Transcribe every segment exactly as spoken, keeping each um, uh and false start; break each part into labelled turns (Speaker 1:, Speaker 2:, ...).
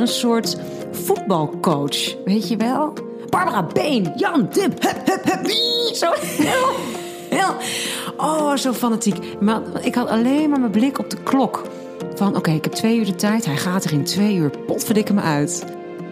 Speaker 1: een soort voetbalcoach. Weet je wel? Barbara Been, Jan Dip, hup, hup, hup. Zo heel, heel... Oh, zo fanatiek. Maar ik had alleen maar mijn blik op de klok. Van, oké, okay, ik heb twee uur de tijd. Hij gaat er in twee uur. Potverdikke me uit.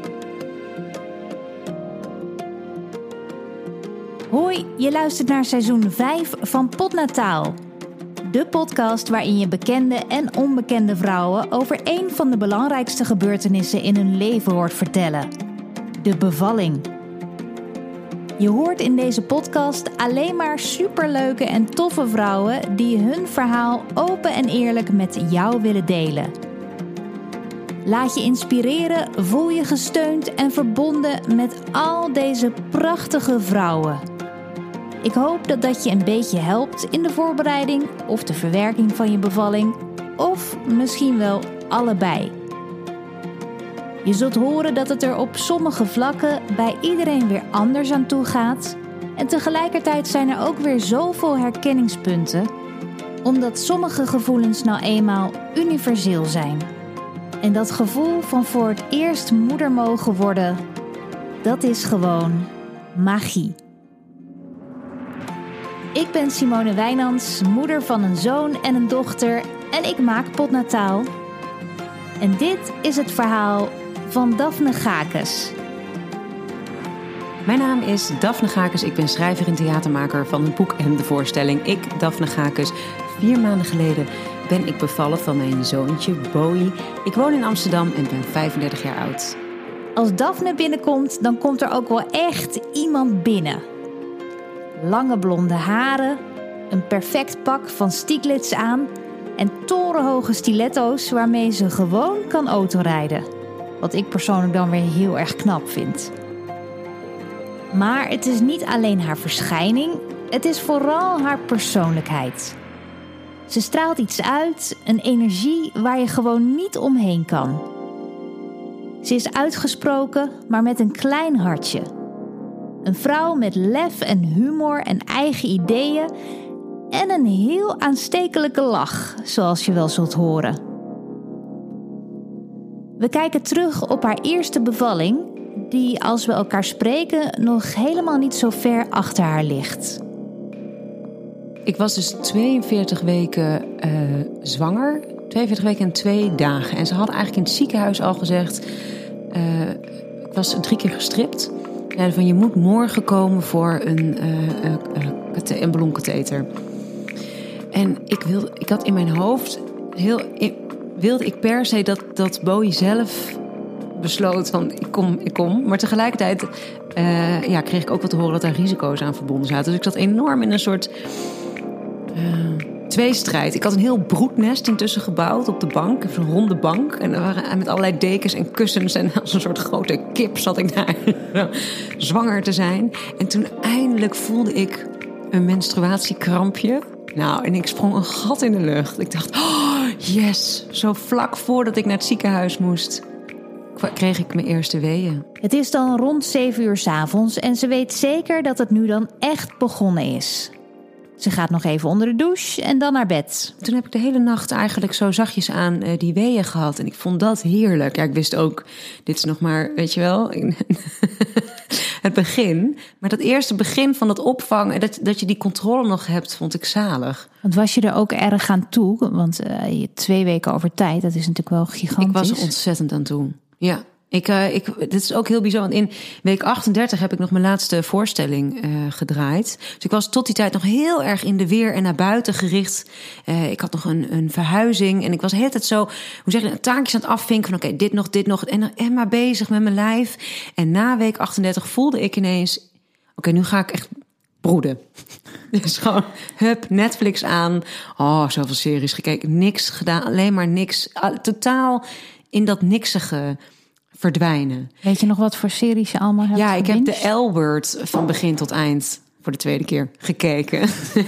Speaker 2: Hoi, je luistert naar seizoen vijf van Potnataal. De podcast waarin je bekende en onbekende vrouwen over een van de belangrijkste gebeurtenissen in hun leven hoort vertellen. De bevalling. Je hoort in deze podcast alleen maar superleuke en toffe vrouwen die hun verhaal open en eerlijk met jou willen delen. Laat je inspireren, voel je gesteund en verbonden met al deze prachtige vrouwen. Ik hoop dat dat je een beetje helpt in de voorbereiding of de verwerking van je bevalling, of misschien wel allebei. Je zult horen dat het er op sommige vlakken bij iedereen weer anders aan toe gaat. En tegelijkertijd zijn er ook weer zoveel herkenningspunten, omdat sommige gevoelens nou eenmaal universeel zijn. En dat gevoel van voor het eerst moeder mogen worden, dat is gewoon magie. Ik ben Simone Wijnands, moeder van een zoon en een dochter en ik maak Potnataal. En dit is het verhaal van Daphne Gakes.
Speaker 1: Mijn naam is Daphne Gakes. Ik ben schrijver en theatermaker van het boek en de voorstelling Ik, Daphne Gakes. Vier maanden geleden ben ik bevallen van mijn zoontje Bowie. Ik woon in Amsterdam en ben vijfendertig jaar oud.
Speaker 2: Als Daphne binnenkomt, dan komt er ook wel echt iemand binnen. Lange blonde haren, een perfect pak van Stieglitz aan en torenhoge stiletto's waarmee ze gewoon kan autorijden. Wat ik persoonlijk dan weer heel erg knap vind. Maar het is niet alleen haar verschijning, het is vooral haar persoonlijkheid. Ze straalt iets uit, een energie waar je gewoon niet omheen kan. Ze is uitgesproken, maar met een klein hartje. Een vrouw met lef en humor en eigen ideeën en een heel aanstekelijke lach, zoals je wel zult horen. We kijken terug op haar eerste bevalling, die als we elkaar spreken nog helemaal niet zo ver achter haar ligt.
Speaker 1: Ik was dus tweeënveertig weken uh, zwanger, tweeënveertig weken en twee dagen. En ze hadden eigenlijk in het ziekenhuis al gezegd, uh, ik was drie keer gestript. Ja, van je moet morgen komen voor een, uh, uh, uh, een ballonkatheter. En ik, wilde, ik had in mijn hoofd heel, ik, wilde ik per se dat, dat Bowie zelf besloot van ik kom, ik kom. Maar tegelijkertijd uh, ja, kreeg ik ook wat te horen dat daar risico's aan verbonden zaten. Dus ik zat enorm in een soort uh, tweestrijd. Ik had een heel broednest intussen gebouwd op de bank. Zo'n ronde bank. En er waren met allerlei dekens en kussens. En als een soort grote kip zat ik daar zwanger te zijn. En toen eindelijk voelde ik een menstruatiekrampje. Nou, en ik sprong een gat in de lucht. Ik dacht, oh, yes. Zo vlak voordat ik naar het ziekenhuis moest, kreeg ik mijn eerste weeën.
Speaker 2: Het is dan rond zeven uur 's avonds en ze weet zeker dat het nu dan echt begonnen is. Ze gaat nog even onder de douche en dan naar bed.
Speaker 1: Toen heb ik de hele nacht eigenlijk zo zachtjes aan uh, die weeën gehad. En ik vond dat heerlijk. Ja, ik wist ook, dit is nog maar, weet je wel, het begin. Maar dat eerste begin van het opvangen, dat, dat je die controle nog hebt, vond ik zalig.
Speaker 2: Want was je er ook erg aan toe? Want uh, je twee weken over tijd, dat is natuurlijk wel gigantisch.
Speaker 1: Ik was er ontzettend aan toe, ja. Ik, uh, ik, dit is ook heel bizar, want in week achtendertig heb ik nog mijn laatste voorstelling uh, gedraaid. Dus ik was tot die tijd nog heel erg in de weer en naar buiten gericht. Uh, ik had nog een, een verhuizing en ik was de hele tijd zo, hoe zeg je, taakjes aan het afvinken van oké, okay, dit nog, dit nog. En, en maar bezig met mijn lijf. En na week achtendertig voelde ik ineens, oké, okay, nu ga ik echt broeden. Dus gewoon, hup, Netflix aan. Oh, zoveel series gekeken, niks gedaan, alleen maar niks. Uh, totaal in dat niksige verdwijnen.
Speaker 2: Weet je nog wat voor series je allemaal hebt
Speaker 1: Ja, ik
Speaker 2: gebinged?
Speaker 1: heb de L-Word van begin tot eind voor de tweede keer gekeken.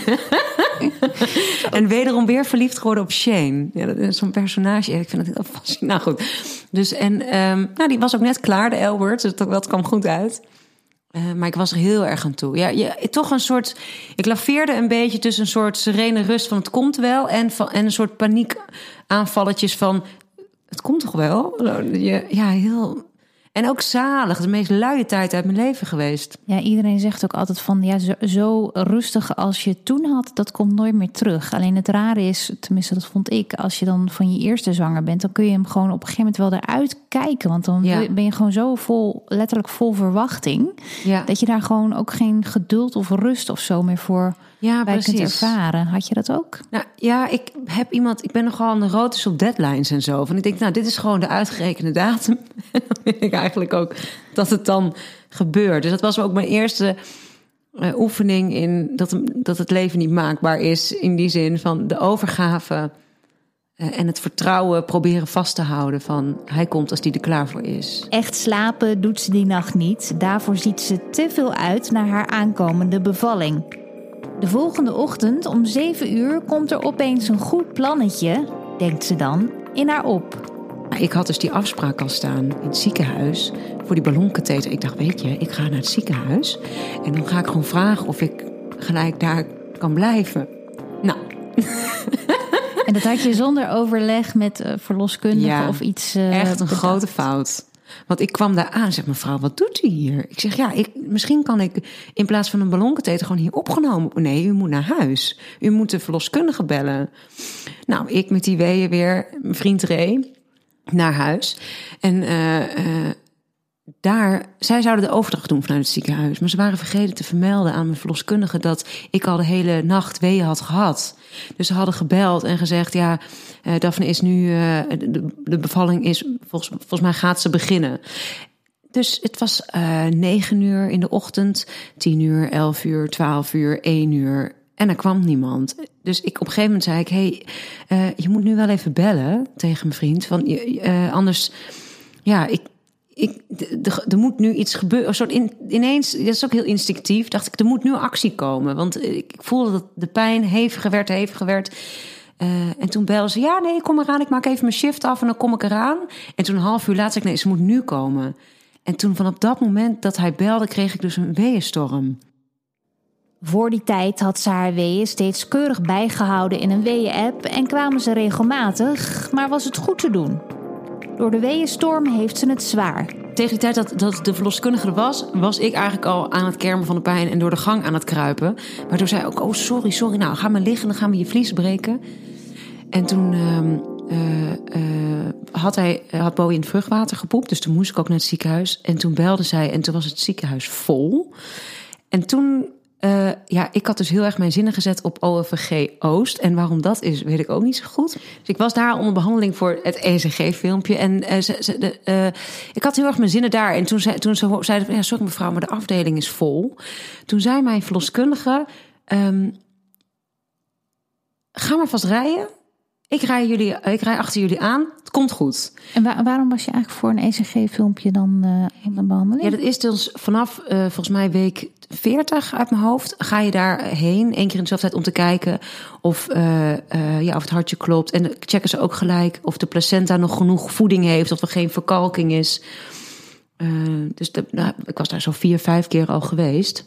Speaker 1: En wederom weer verliefd geworden op Shane. Ja, dat is zo'n personage. Ik vind het heel fascinerend. Nou goed. Dus en um, nou, die was ook net klaar, de L-Word. Dus dat, dat kwam goed uit. Uh, maar ik was er heel erg aan toe. Ja, ja, toch een soort. Ik laveerde een beetje tussen een soort serene rust van het komt wel en van en een soort paniekaanvalletjes van het komt toch wel? Je, ja, heel... En ook zalig, de meest luie tijd uit mijn leven geweest.
Speaker 2: Ja, iedereen zegt ook altijd van... ja, zo, zo rustig als je het toen had, dat komt nooit meer terug. Alleen het rare is, tenminste dat vond ik... als je dan van je eerste zwanger bent... dan kun je hem gewoon op een gegeven moment wel eruit kijken. Want dan ja. ben je gewoon zo vol, letterlijk vol verwachting... Ja. dat je daar gewoon ook geen geduld of rust of zo meer voor... Ja, bij kunt ervaren. Had je dat ook?
Speaker 1: Nou, ja, ik heb iemand... Ik ben nogal neurotisch op deadlines en zo. Van ik denk, nou, dit is gewoon de uitgerekende datum. En dan vind ik eigenlijk ook dat het dan gebeurt. Dus dat was ook mijn eerste uh, oefening in dat, dat het leven niet maakbaar is. In die zin van de overgave uh, en het vertrouwen proberen vast te houden van... hij komt als die er klaar voor is.
Speaker 2: Echt slapen doet ze die nacht niet. Daarvoor ziet ze te veel uit naar haar aankomende bevalling. De volgende ochtend om zeven uur komt er opeens een goed plannetje, denkt ze dan, in haar op.
Speaker 1: Ik had dus die afspraak al staan in het ziekenhuis voor die ballonkatheter. Ik dacht, weet je, ik ga naar het ziekenhuis en dan ga ik gewoon vragen of ik gelijk daar kan blijven. Nou.
Speaker 2: En dat had je zonder overleg met uh, verloskundige
Speaker 1: ja,
Speaker 2: of iets... Uh,
Speaker 1: echt een
Speaker 2: bedacht.
Speaker 1: grote fout. Want ik kwam daar aan en zeg, mevrouw, wat doet u hier? Ik zeg, ja, ik, misschien kan ik in plaats van een ballonkatheter gewoon hier opgenomen. Nee, u moet naar huis. U moet de verloskundige bellen. Nou, ik met die weeën weer, mijn vriend Ray, naar huis. En uh, uh, daar, zij zouden de overdracht doen vanuit het ziekenhuis. Maar ze waren vergeten te vermelden aan mijn verloskundige dat ik al de hele nacht weeën had gehad. Dus ze hadden gebeld en gezegd, ja, uh, Daphne is nu, uh, de, de bevalling is, volgens, volgens mij gaat ze beginnen. Dus het was uh, negen uur in de ochtend, tien uur, elf uur, twaalf uur, één uur. En er kwam niemand. Dus ik op een gegeven moment zei ik, hey, uh, je moet nu wel even bellen tegen mijn vriend. Van, uh, anders, ja, ik, ik, er moet nu iets gebeuren. Een soort in, ineens, dat is ook heel instinctief, dacht ik, er moet nu actie komen. Want ik, ik voelde dat de pijn heviger werd, heviger werd. Uh, en toen belde ze, ja, nee, kom eraan. Ik maak even mijn shift af en dan kom ik eraan. En toen een half uur later zei ik, nee, ze moet nu komen. En toen vanaf dat moment dat hij belde, kreeg ik dus een weeënstorm.
Speaker 2: Voor die tijd had ze haar weeën steeds keurig bijgehouden in een weeën-app en kwamen ze regelmatig, maar was het goed te doen. Door de weeënstorm heeft ze het zwaar.
Speaker 1: Tegen die tijd dat, dat de verloskundige er was, was ik eigenlijk al aan het kermen van de pijn en door de gang aan het kruipen. Waardoor zei ook, oh sorry, sorry, nou ga maar liggen, dan gaan we je vlies breken. En toen uh, uh, uh, had, hij, had Bowie in het vruchtwater gepoept, dus toen moest ik ook naar het ziekenhuis. En toen belde zij en toen was het ziekenhuis vol. En toen... Uh, ja, ik had dus heel erg mijn zinnen gezet op O V G Oost. En waarom dat is, weet ik ook niet zo goed. Dus ik was daar onder behandeling voor het E C G-filmpje. En uh, ze, ze, de, uh, ik had heel erg mijn zinnen daar. En toen, zei, toen ze zeiden, ja, sorry mevrouw, maar de afdeling is vol. Toen zei mijn verloskundige, um, ga maar vast rijden. Ik rij, jullie, ik rij achter jullie aan. Het komt goed.
Speaker 2: En waar, waarom was je eigenlijk voor een E C G-filmpje dan uh, aan de behandeling?
Speaker 1: Ja, dat is dus vanaf uh, volgens mij week veertig uit mijn hoofd. Ga je daarheen, één keer in dezelfde tijd, om te kijken of, uh, uh, ja, of het hartje klopt. En checken ze ook gelijk of de placenta nog genoeg voeding heeft, of er geen verkalking is. Uh, dus de, nou, ik was daar zo vier, vijf keer al geweest.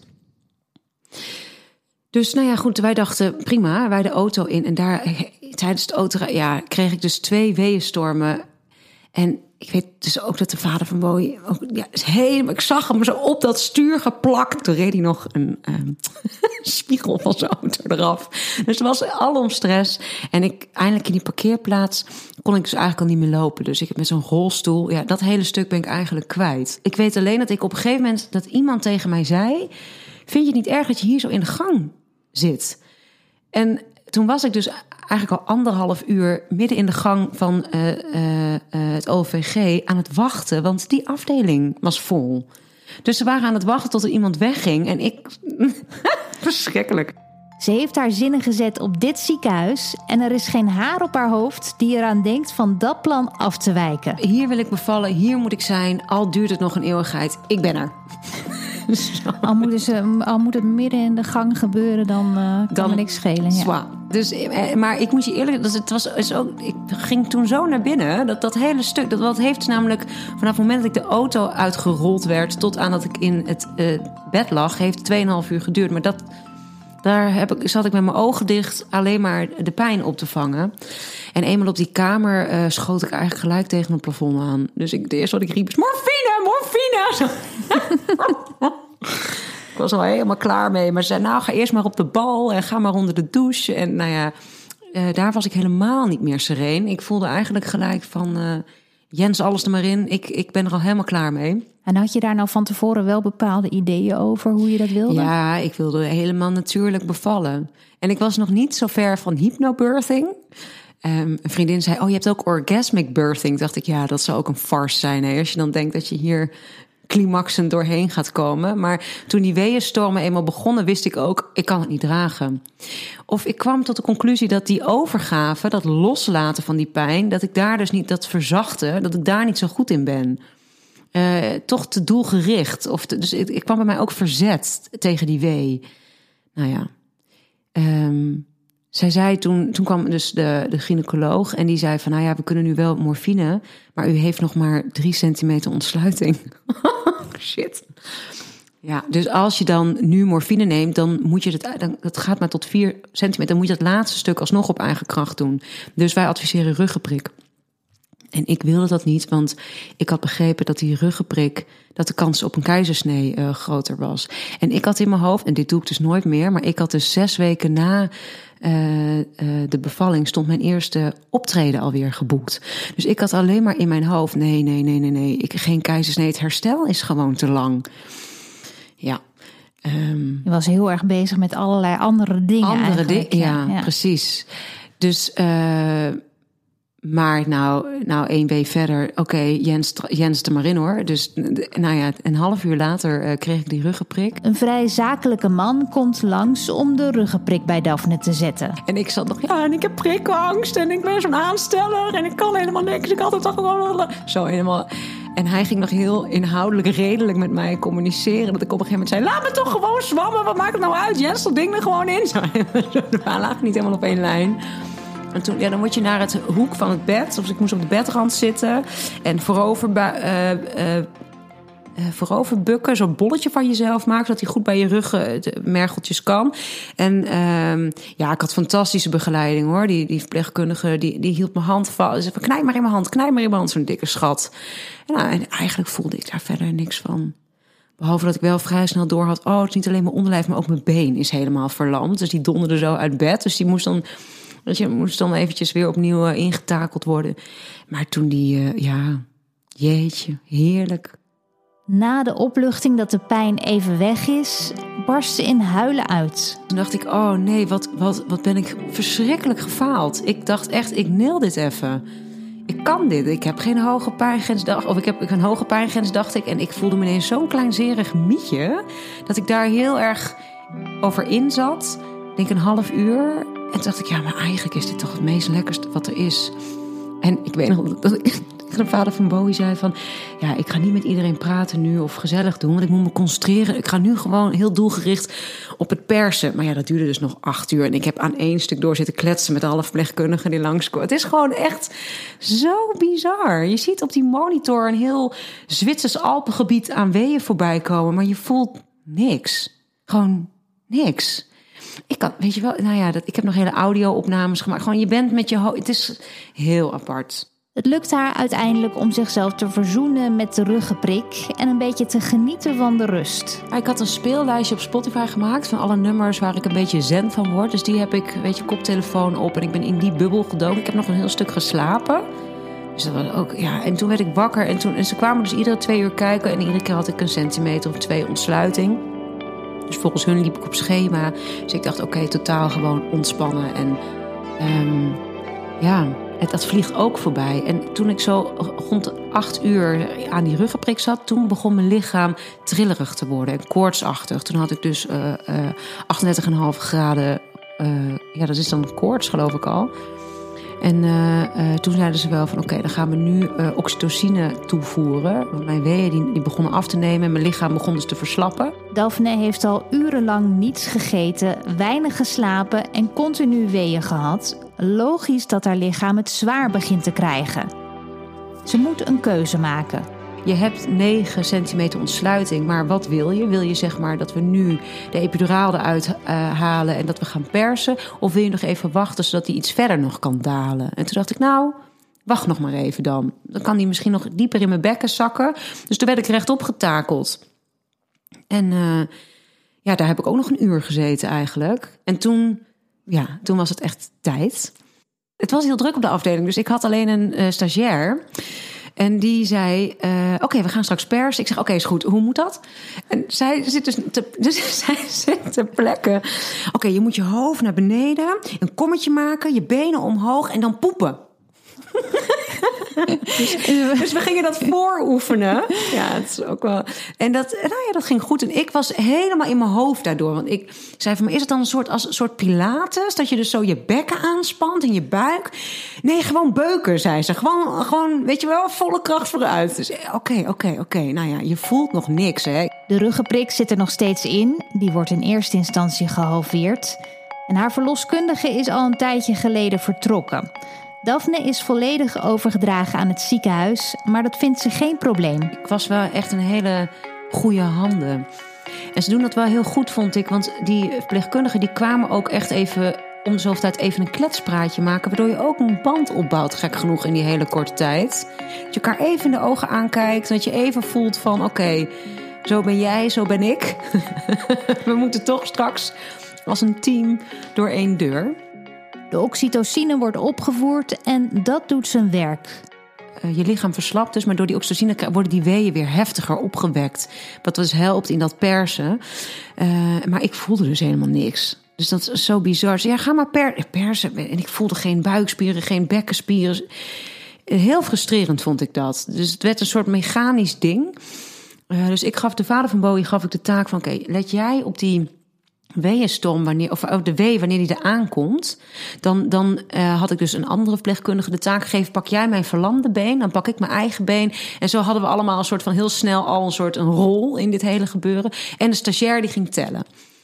Speaker 1: Dus nou ja, goed, wij dachten prima, wij de auto in. En daar tijdens het auto ja, kreeg ik dus twee weeënstormen. En ik weet dus ook dat de vader van Bowie ook, ja, is helemaal, ik zag hem zo op dat stuur geplakt. Toen reed hij nog een um, spiegel van zijn auto eraf. Dus het was alom stress. En ik eindelijk in die parkeerplaats kon ik dus eigenlijk al niet meer lopen. Dus ik heb met zo'n rolstoel, ja, dat hele stuk ben ik eigenlijk kwijt. Ik weet alleen dat ik op een gegeven moment dat iemand tegen mij zei, vind je het niet erg dat je hier zo in de gang zit? En toen was ik dus eigenlijk al anderhalf uur midden in de gang van uh, uh, uh, het O V G aan het wachten, want die afdeling was vol. Dus ze waren aan het wachten tot er iemand wegging en ik... Verschrikkelijk.
Speaker 2: Ze heeft haar zinnen gezet op dit ziekenhuis en er is geen haar op haar hoofd die eraan denkt van dat plan af te wijken.
Speaker 1: Hier wil ik bevallen, hier moet ik zijn, al duurt het nog een eeuwigheid. Ik ben er.
Speaker 2: Al, moeten ze, al moet het midden in de gang gebeuren, dan uh, kan dan, er niks schelen. Ja.
Speaker 1: Dus, maar ik moet je eerlijk zeggen, het was, is ook, ik ging toen zo naar binnen. Dat, dat hele stuk, dat, dat heeft namelijk vanaf het moment dat ik de auto uitgerold werd tot aan dat ik in het uh, bed lag, heeft tweeënhalf uur geduurd. Maar dat, Daar heb ik, zat ik met mijn ogen dicht alleen maar de pijn op te vangen. En eenmaal op die kamer uh, schoot ik eigenlijk gelijk tegen een plafond aan. Dus ik, het eerste wat ik riep is morfine, morfine! Ik was al helemaal klaar mee. Maar ze zei, nou, ga eerst maar op de bal en ga maar onder de douche. En nou ja, uh, daar was ik helemaal niet meer sereen. Ik voelde eigenlijk gelijk van, uh, Jens, alles er maar in. Ik, ik ben er al helemaal klaar mee.
Speaker 2: En had je daar nou van tevoren wel bepaalde ideeën over hoe je dat wilde?
Speaker 1: Ja, ik wilde helemaal natuurlijk bevallen. En ik was nog niet zo ver van hypnobirthing. Um, een vriendin zei, oh, je hebt ook orgasmic birthing. Dacht ik, ja, dat zou ook een farce zijn. Hè? Als je dan denkt dat je hier climaxen doorheen gaat komen. Maar toen die weeënstormen eenmaal begonnen, wist ik ook, ik kan het niet dragen. Of ik kwam tot de conclusie dat die overgave, dat loslaten van die pijn, dat ik daar dus niet, dat verzachten, dat ik daar niet zo goed in ben. Uh, toch te doelgericht. Of te, dus ik, ik kwam bij mij ook verzet tegen die wee. Nou ja. Um, zij zei toen, toen kwam dus de, de gynaecoloog en die zei van, nou ja, we kunnen nu wel morfine, maar u heeft nog maar drie centimeter ontsluiting. Shit. Ja, dus als je dan nu morfine neemt, dan moet je het, dan, dat gaat maar tot vier centimeter, dan moet je dat laatste stuk alsnog op eigen kracht doen. Dus wij adviseren ruggenprik. En ik wilde dat niet, want ik had begrepen dat die ruggenprik, dat de kans op een keizersnee uh, groter was. En ik had in mijn hoofd, en dit doe ik dus nooit meer, maar ik had dus zes weken na uh, uh, de bevalling stond mijn eerste optreden alweer geboekt. Dus ik had alleen maar in mijn hoofd, nee, nee, nee, nee, nee, ik, geen keizersnee, het herstel is gewoon te lang. Ja. Um,
Speaker 2: Je was heel erg bezig met allerlei andere dingen
Speaker 1: Andere dingen,
Speaker 2: ja,
Speaker 1: ja, ja, precies. Dus uh, maar nou, nou één week verder, oké, okay, Jens, Jens er maar in hoor. Dus nou ja, een half uur later uh, kreeg ik die ruggenprik.
Speaker 2: Een vrij zakelijke man komt langs om de ruggenprik bij Daphne te zetten.
Speaker 1: En ik zat nog, ja, en ik heb prikangst en ik ben zo'n aansteller en ik kan helemaal niks. Ik had het toch gewoon zo helemaal. En hij ging nog heel inhoudelijk, redelijk met mij communiceren. Dat ik op een gegeven moment zei, laat me toch gewoon zwammen. Wat maakt het nou uit? Jens, dat ding er gewoon in. Zo, we lagen niet helemaal op één lijn. En toen, ja, dan moet je naar het hoek van het bed. Dus ik moest op de bedrand zitten. En voorover, uh, uh, uh, voorover bukken. Zo'n bolletje van jezelf maken. Zodat hij goed bij je ruggenmergeltjes kan. En uh, ja, ik had fantastische begeleiding hoor. Die, die verpleegkundige, die, die hield mijn hand vast. Ze zei, knijp maar in mijn hand, knijp maar in mijn hand. Zo'n dikke schat. En, nou, en eigenlijk voelde ik daar verder niks van. Behalve dat ik wel vrij snel door had. Oh, het is niet alleen mijn onderlijf, maar ook mijn been is helemaal verlamd. Dus die donderde zo uit bed. Dus die moest dan... Dus je moest dan eventjes weer opnieuw uh, ingetakeld worden. Maar toen die, uh, ja, jeetje, heerlijk.
Speaker 2: Na de opluchting dat de pijn even weg is, barst ze in huilen uit.
Speaker 1: Toen dacht ik, oh nee, wat, wat, wat ben ik verschrikkelijk gefaald. Ik dacht echt, ik neel dit even. Ik kan dit. Ik heb geen hoge pijngrens, of ik heb een hoge pijngrens, dacht ik. En ik voelde me ineens zo'n kleinzerig mietje, dat ik daar heel erg over in zat. Ik denk een half uur. En toen dacht ik, ja, maar eigenlijk is dit toch het meest lekkerste wat er is. En ik weet nog dat ik de vader van Bowie zei van... ja, ik ga niet met iedereen praten nu of gezellig doen... want ik moet me concentreren. Ik ga nu gewoon heel doelgericht op het persen. Maar ja, dat duurde dus nog acht uur. En ik heb aan één stuk door zitten kletsen met alle verpleegkundigen die langskomen. Het is gewoon echt zo bizar. Je ziet op die monitor een heel Zwitsers Alpengebied aan weeën voorbij komen... maar je voelt niks. Gewoon niks. Ik kan, weet je wel, nou ja, dat, ik heb nog hele audio-opnames gemaakt. Gewoon, je bent met je hoofd. Het is heel apart.
Speaker 2: Het lukt haar uiteindelijk om zichzelf te verzoenen met de ruggenprik en een beetje te genieten van de rust.
Speaker 1: Ik had een speellijstje op Spotify gemaakt van alle nummers waar ik een beetje zen van word. Dus die heb ik, weet je, koptelefoon op en ik ben in die bubbel gedoken. Ik heb nog een heel stuk geslapen. Dus dat was ook, ja. En toen werd ik wakker en, toen, en ze kwamen dus iedere twee uur kijken en iedere keer had ik een centimeter of twee ontsluiting. Dus volgens hun liep ik op schema. Dus ik dacht, oké, okay, totaal gewoon ontspannen. En um, ja, het, dat vliegt ook voorbij. En toen ik zo rond acht uur aan die ruggenprik zat... toen begon mijn lichaam trillerig te worden en koortsachtig. Toen had ik dus uh, uh, achtendertig komma vijf graden... Uh, ja, dat is dan koorts, geloof ik al... En uh, uh, toen zeiden ze wel van oké, okay, dan gaan we nu uh, oxytocine toevoeren. Want mijn weeën die, die begonnen af te nemen en mijn lichaam begon dus te verslappen.
Speaker 2: Daphne heeft al urenlang niets gegeten, weinig geslapen en continu weeën gehad. Logisch dat haar lichaam het zwaar begint te krijgen. Ze moet een keuze maken.
Speaker 1: je hebt negen centimeter ontsluiting, maar wat wil je? Wil je zeg maar dat we nu de epiduraal eruit uh, halen en dat we gaan persen? Of wil je nog even wachten zodat die iets verder nog kan dalen? En toen dacht ik, nou, wacht nog maar even dan. Dan kan die misschien nog dieper in mijn bekken zakken. Dus toen werd ik rechtop getakeld. En uh, ja, daar heb ik ook nog een uur gezeten eigenlijk. En toen, ja, toen was het echt tijd. Het was heel druk op de afdeling, dus ik had alleen een uh, stagiair. En die zei, uh, oké, okay, we gaan straks persen. Ik zeg, oké, okay, is goed. Hoe moet dat? En zij zit dus te, dus zij zit ter plekke. Oké, okay, je moet je hoofd naar beneden, een kommetje maken, je benen omhoog en dan poepen. dus, dus we gingen dat vooroefenen. Ja, het is ook wel. En dat, nou ja, dat ging goed. En ik was helemaal in mijn hoofd daardoor. Want ik zei van, maar is het dan een soort als een soort Pilates, dat je dus zo je bekken aanspant in je buik? Nee, gewoon beuken, zei ze. Gewoon, gewoon, weet je wel, volle kracht vooruit. Dus oké, okay, oké, okay, oké. Okay. Nou ja, je voelt nog niks, hè?
Speaker 2: De ruggenprik zit er nog steeds in. Die wordt in eerste instantie gehalveerd. En haar verloskundige is al een tijdje geleden vertrokken. Daphne is volledig overgedragen aan het ziekenhuis, maar dat vindt ze geen probleem.
Speaker 1: Ik was wel echt een hele goede handen. En ze doen dat wel heel goed, vond ik. Want die verpleegkundigen die kwamen ook echt even om de zoveel tijd even een kletspraatje maken, waardoor je ook een band opbouwt, gek genoeg, in die hele korte tijd. Dat je elkaar even in de ogen aankijkt, dat je even voelt van, oké, okay, zo ben jij, zo ben ik. We moeten toch straks als een team door één deur.
Speaker 2: De oxytocine wordt opgevoerd en dat doet zijn werk.
Speaker 1: Uh, je lichaam verslapt dus, maar door die oxytocine worden die weeën weer heftiger opgewekt. Wat dus helpt in dat persen. Uh, maar ik voelde dus helemaal niks. Dus dat is zo bizar. Dus ja, ga maar per- persen. En ik voelde geen buikspieren, geen bekkenspieren. Heel frustrerend vond ik dat. Dus het werd een soort mechanisch ding. Uh, dus ik gaf de vader van Bowie gaf ik de taak van, oké, okay, let jij op die weeënstorm, wanneer, of de wee wanneer die er aankomt, dan, dan uh, had ik dus een andere verpleegkundige de taak gegeven, pak jij mijn verlamde been, dan pak ik mijn eigen been. En zo hadden we allemaal een soort van heel snel al een soort een rol in dit hele gebeuren. En de stagiair die ging tellen.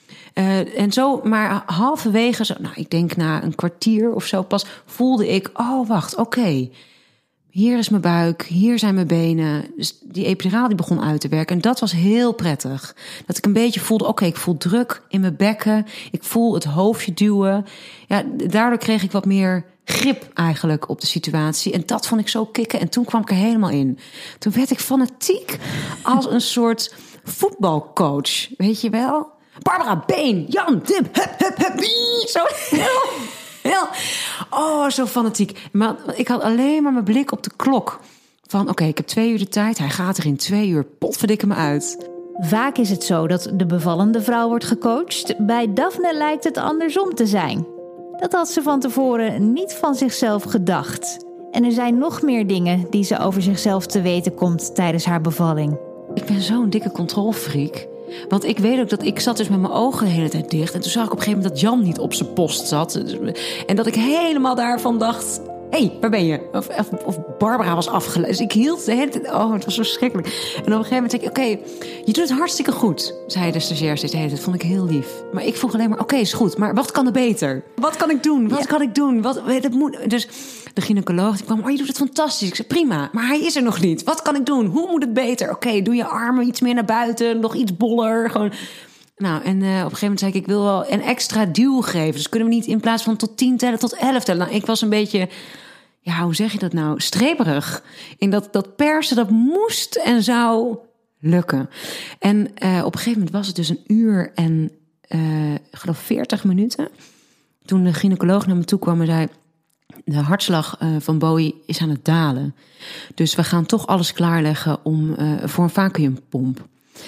Speaker 1: Uh, en zo, maar halverwege, zo, nou, ik denk na een kwartier of zo pas, voelde ik, oh wacht, oké. Okay. Hier is mijn buik, hier zijn mijn benen. Dus die epiduraal die begon uit te werken. En dat was heel prettig. Dat ik een beetje voelde, oké, okay, ik voel druk in mijn bekken. Ik voel het hoofdje duwen. Ja, daardoor kreeg ik wat meer grip eigenlijk op de situatie. En dat vond ik zo kicken. En toen kwam ik er helemaal in. Toen werd ik fanatiek als een soort voetbalcoach. Weet je wel? Barbara Been, Jan, Tim, hup, hup, hup, zo heel... Heel, oh, zo fanatiek. Maar ik had alleen maar mijn blik op de klok. Van oké, okay, ik heb twee uur de tijd. Hij gaat er in twee uur. Potverdikke me uit.
Speaker 2: Vaak is het zo dat de bevallende vrouw wordt gecoacht. Bij Daphne lijkt het andersom te zijn. Dat had ze van tevoren niet van zichzelf gedacht. En er zijn nog meer dingen die ze over zichzelf te weten komt tijdens haar bevalling.
Speaker 1: Ik ben zo'n dikke controlfreak. Want ik weet ook dat ik zat dus met mijn ogen de hele tijd dicht. En toen zag ik op een gegeven moment dat Jan niet op zijn post zat. En dat ik helemaal daarvan dacht, hé, hey, waar ben je? Of, of, of Barbara was afgeleid. Dus ik hield de hele tijd, oh, het was zo verschrikkelijk. En op een gegeven moment zei ik, oké, okay, je doet het hartstikke goed, zei de stagiair steeds de hele tijd. Dat vond ik heel lief. Maar ik vroeg alleen maar, oké, okay, is goed. Maar wat kan er beter? Wat kan ik doen? Wat ja. kan ik doen? Wat, dat moet, dus de gynaecoloog die kwam, oh, je doet het fantastisch. Ik zei, prima, maar hij is er nog niet. Wat kan ik doen? Hoe moet het beter? Oké, okay, doe je armen iets meer naar buiten, nog iets boller, gewoon... Nou, en uh, op een gegeven moment zei ik, ik wil wel een extra duw geven. Dus kunnen we niet in plaats van tot tien tellen, tot elf tellen? Nou, ik was een beetje, ja, hoe zeg je dat nou? Streberig. In dat, dat persen, dat moest en zou lukken. En uh, op een gegeven moment was het dus een uur en, uh, ik geloof, veertig minuten. Toen de gynaecoloog naar me toe kwam en zei, de hartslag uh, van Bowie is aan het dalen. Dus we gaan toch alles klaarleggen om, uh, voor een vacuümpomp.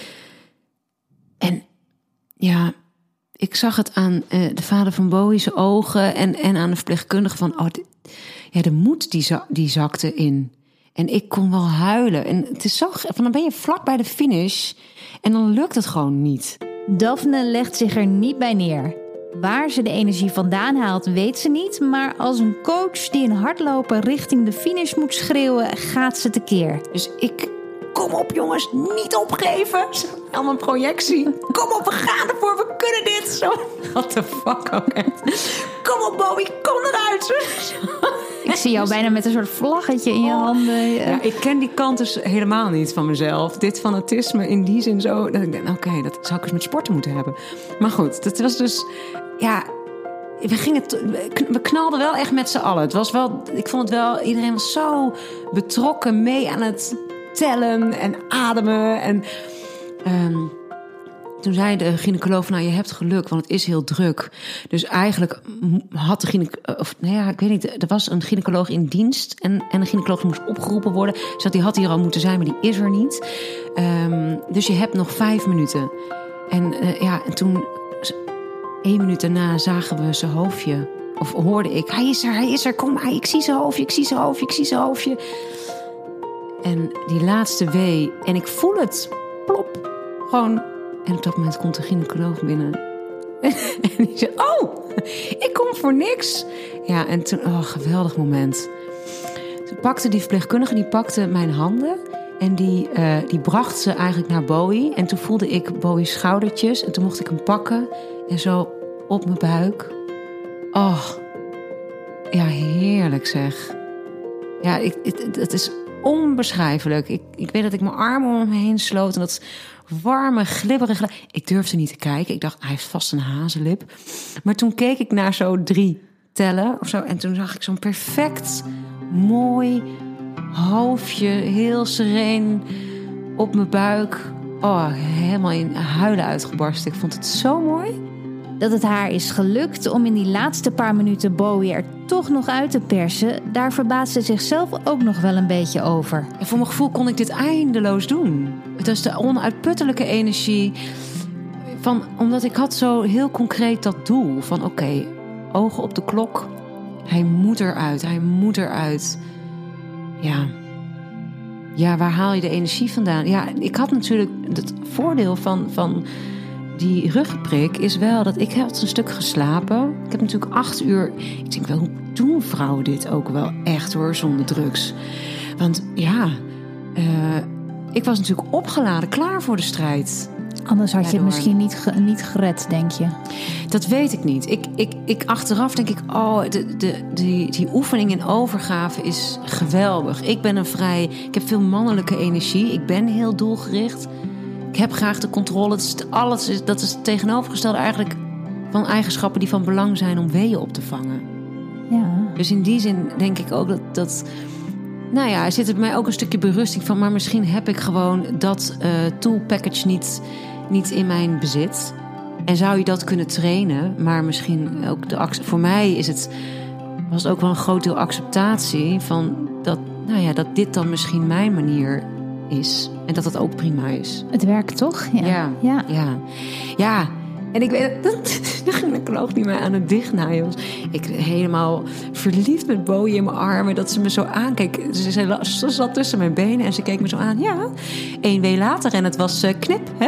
Speaker 1: En ja, ik zag het aan uh, de vader van Bowie's ogen en, en aan de verpleegkundige van, oh, dit, ja, de moed die, za- die zakte in. En ik kon wel huilen. En het is zo, van dan ben je vlak bij de finish en dan lukt het gewoon niet.
Speaker 2: Daphne legt zich er niet bij neer. Waar ze de energie vandaan haalt, weet ze niet. Maar als een coach die een hardloper richting de finish moet schreeuwen, gaat ze tekeer.
Speaker 1: Dus ik, kom op jongens, niet opgeven. Allemaal een projectie. Kom op, we gaan ervoor, we kunnen dit. Zo, what the fuck ook echt. Kom op, Bowie, kom eruit.
Speaker 2: Ik zie jou bijna met een soort vlaggetje in je oh. handen.
Speaker 1: Ja, ik ken die kant dus helemaal niet van mezelf. Dit fanatisme in die zin zo. Dat ik denk, oké, okay, dat zou ik eens met sporten moeten hebben. Maar goed, dat was dus... Ja, we gingen... We knalden wel echt met z'n allen. Het was wel... Ik vond het wel... Iedereen was zo betrokken mee aan het tellen en ademen. En um, toen zei de gynaecoloog, nou, je hebt geluk, want het is heel druk. Dus eigenlijk had de gynaecoloog... Of, nou ja, ik weet niet, er was een gynaecoloog in dienst... en, en een gynaecoloog moest opgeroepen worden. Dus die had hier al moeten zijn, maar die is er niet. Um, dus je hebt nog vijf minuten. En uh, ja, en toen... Eén minuut daarna zagen we zijn hoofdje. Of hoorde ik, hij is er, hij is er, kom maar, ik zie zijn hoofdje, ik zie zijn hoofdje, ik zie zijn hoofdje. En die laatste wee, en ik voel het, plop, gewoon. En op dat moment komt de gynaecoloog binnen. En die zei, oh, ik kom voor niks. Ja, en toen, oh, geweldig moment. Toen pakte die verpleegkundige, die pakte mijn handen... En die, uh, die bracht ze eigenlijk naar Bowie. En toen voelde ik Bowie's schoudertjes. En toen mocht ik hem pakken. En zo op mijn buik. Oh, ja, heerlijk zeg. Ja, ik, het, het is onbeschrijfelijk. Ik, ik weet dat ik mijn armen om me heen sloot. En dat warme, glibberige... Ik durfde niet te kijken. Ik dacht, hij heeft vast een hazenlip. Maar toen keek ik naar zo drie tellen of zo. En toen zag ik zo'n perfect, mooi... hoofdje, heel sereen op mijn buik. Oh, helemaal in huilen uitgebarsten. Ik vond het zo mooi.
Speaker 2: Dat het haar is gelukt om in die laatste paar minuten Bowie er toch nog uit te persen... daar verbaasde ze zichzelf ook nog wel een beetje over.
Speaker 1: En voor mijn gevoel kon ik dit eindeloos doen. Het was de onuitputtelijke energie. Van, omdat ik had zo heel concreet dat doel. Van oké, okay, ogen op de klok. Hij moet eruit, hij moet eruit... Ja. ja, waar haal je de energie vandaan? Ja, ik had natuurlijk het voordeel van, van die ruggenprik is wel dat ik had een stuk geslapen. Ik heb natuurlijk acht uur... Ik denk wel, hoe doen vrouwen dit ook wel echt hoor, zonder drugs? Want ja, uh, ik was natuurlijk opgeladen, klaar voor de strijd.
Speaker 2: Anders had je het misschien niet, ge, niet gered, denk je?
Speaker 1: Dat weet ik niet. Ik, ik, ik, achteraf denk ik, oh, de, de, die, die oefening in overgave is geweldig. Ik ben een vrij... Ik heb veel mannelijke energie. Ik ben heel doelgericht. Ik heb graag de controle. Dat is, alles, dat is het tegenovergestelde eigenlijk van eigenschappen die van belang zijn om weeën op te vangen.
Speaker 2: Ja.
Speaker 1: Dus in die zin denk ik ook dat... dat nou ja, er zit er bij mij ook een stukje berusting van... maar misschien heb ik gewoon dat uh, tool package niet, niet in mijn bezit. En zou je dat kunnen trainen, maar misschien ook... de voor mij is het, was het ook wel een groot deel acceptatie... van dat, nou ja, dat dit dan misschien mijn manier is. En dat dat ook prima is.
Speaker 2: Het werkt toch? Ja.
Speaker 1: Ja, ja. ja. ja. En ik weet dat de gynaecoloog die mij aan het dichtnaaien was. Ik helemaal verliefd met Bowie in mijn armen. Dat ze me zo aankeek. Ze, ze, ze zat tussen mijn benen en ze keek me zo aan. Ja, één wee later en het was uh, knip, hè?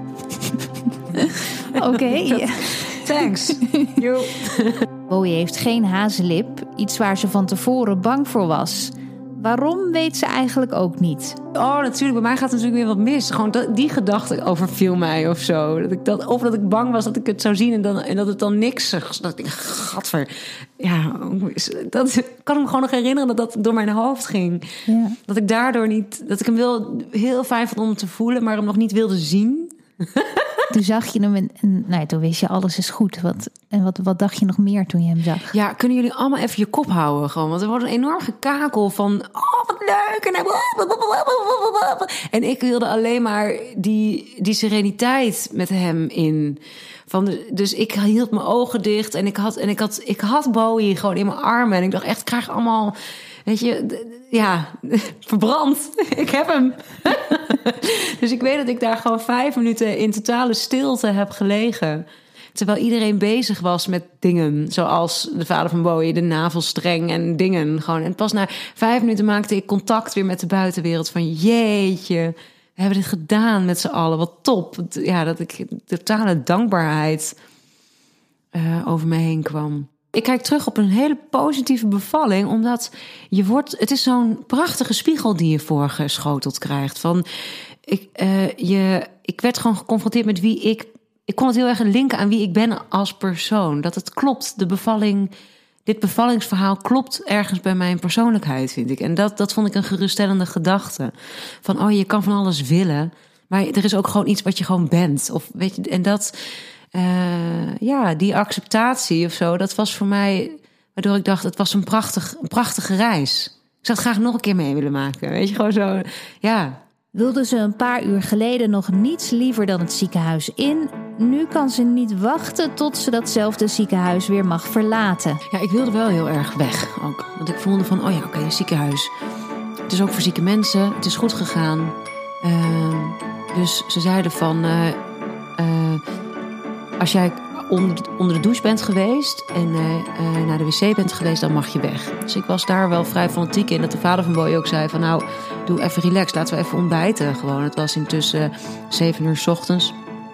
Speaker 2: Oké. Okay.
Speaker 1: Thanks.
Speaker 2: Bowie heeft geen hazenlip. Iets waar ze van tevoren bang voor was. Waarom, weet ze eigenlijk ook niet.
Speaker 1: Oh, natuurlijk. Bij mij gaat er natuurlijk weer wat mis. Gewoon dat, die gedachte overviel mij of zo. Dat ik dat, of dat ik bang was dat ik het zou zien en, dan, en dat het dan niks... Dat ik denk, gadver. Ja, dat kan ik me gewoon nog herinneren dat dat door mijn hoofd ging. Ja. Dat ik daardoor niet... Dat ik hem wel heel fijn vond om te voelen, maar hem nog niet wilde zien.
Speaker 2: Toen zag je hem en, en nou, toen wist je alles is goed. Wat, en wat, wat dacht je nog meer toen je hem zag?
Speaker 1: Ja, kunnen jullie allemaal even je kop houden gewoon? Want er wordt een enorm gekakel van... Oh, wat leuk! En, en ik wilde alleen maar die, die sereniteit met hem in. Van de, dus ik hield mijn ogen dicht en ik had, en ik had, ik had Bowie gewoon in mijn armen. En ik dacht echt, ik krijg allemaal... Weet je, ja, verbrand. Ik heb hem. Dus ik weet dat ik daar gewoon vijf minuten in totale stilte heb gelegen. Terwijl iedereen bezig was met dingen. Zoals de vader van Bowie, de navelstreng en dingen. Gewoon. En pas na vijf minuten maakte ik contact weer met de buitenwereld. Van jeetje, we hebben dit gedaan met z'n allen. Wat top. Ja, dat ik totale dankbaarheid uh, over me heen kwam. Ik kijk terug op een hele positieve bevalling, omdat je wordt, het is zo'n prachtige spiegel die je voorgeschoteld krijgt. Van, ik, uh, je, ik werd gewoon geconfronteerd met wie ik ik kon het heel erg linken aan wie ik ben als persoon. Dat het klopt, de bevalling, dit bevallingsverhaal klopt ergens bij mijn persoonlijkheid, vind ik. En dat, dat vond ik een geruststellende gedachte. Van, oh, je kan van alles willen, maar er is ook gewoon iets wat je gewoon bent. Of weet je, en dat, uh, ja, die acceptatie of zo, dat was voor mij, waardoor ik dacht, het was een, prachtig, een prachtige reis. Ik zou het graag nog een keer mee willen maken. Weet je, gewoon zo, ja.
Speaker 2: Wilde ze een paar uur geleden nog niets liever dan het ziekenhuis in. Nu kan ze niet wachten tot ze datzelfde ziekenhuis weer mag verlaten.
Speaker 1: Ja, ik wilde wel heel erg weg ook. Want ik voelde van, oh ja, oké, okay, een ziekenhuis. Het is ook voor zieke mensen. Het is goed gegaan. Uh, dus ze zeiden van, uh, uh, als jij onder, onder de douche bent geweest en uh, uh, naar de wc bent geweest, dan mag je weg. Dus ik was daar wel vrij fanatiek in. Dat de vader van Boy ook zei van, nou, doe even relax. Laten we even ontbijten gewoon. Het was intussen zeven uur 's ochtends.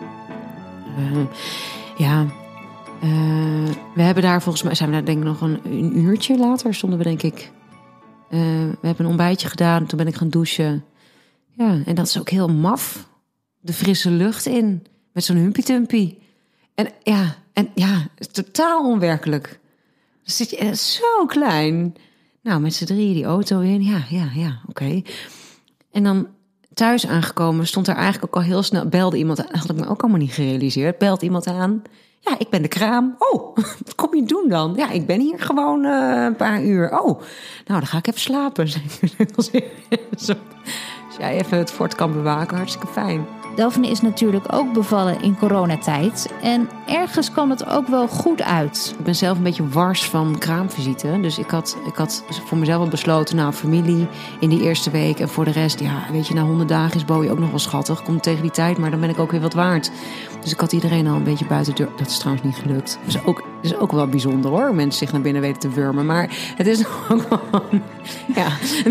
Speaker 1: Uh, ja, uh, we hebben daar volgens mij, zijn we daar denk ik nog een, een uurtje later stonden we denk ik. Uh, we hebben een ontbijtje gedaan, toen ben ik gaan douchen. Ja, en dat is ook heel maf. De frisse lucht in, met zo'n humpie-tumpie. En ja, en ja, totaal onwerkelijk. Dan zit je zo klein. Nou, met z'n drieën die auto in, ja, ja, ja, oké. Okay. En dan thuis aangekomen stond er eigenlijk ook al heel snel, belde iemand aan. Dat had ik me ook allemaal niet gerealiseerd. Belt iemand aan. Ja, ik ben de kraam. Oh, wat kom je doen dan? Ja, ik ben hier gewoon uh, een paar uur. Oh, nou, dan ga ik even slapen. Als jij even het fort kan bewaken, hartstikke fijn.
Speaker 2: Daphne is natuurlijk ook bevallen in coronatijd. En ergens kwam het ook wel goed uit.
Speaker 1: Ik ben zelf een beetje wars van kraamvisite. Dus ik had, ik had voor mezelf wel besloten, nou, familie in die eerste week. En voor de rest, ja, weet je, na honderd dagen is Bowie ook nog wel schattig. Komt tegen die tijd, maar dan ben ik ook weer wat waard. Dus ik had iedereen al een beetje buiten de deur. Dat is trouwens niet gelukt. Dat is ook, dat is ook wel bijzonder hoor, mensen zich naar binnen weten te wurmen. Maar het is ook gewoon, ja...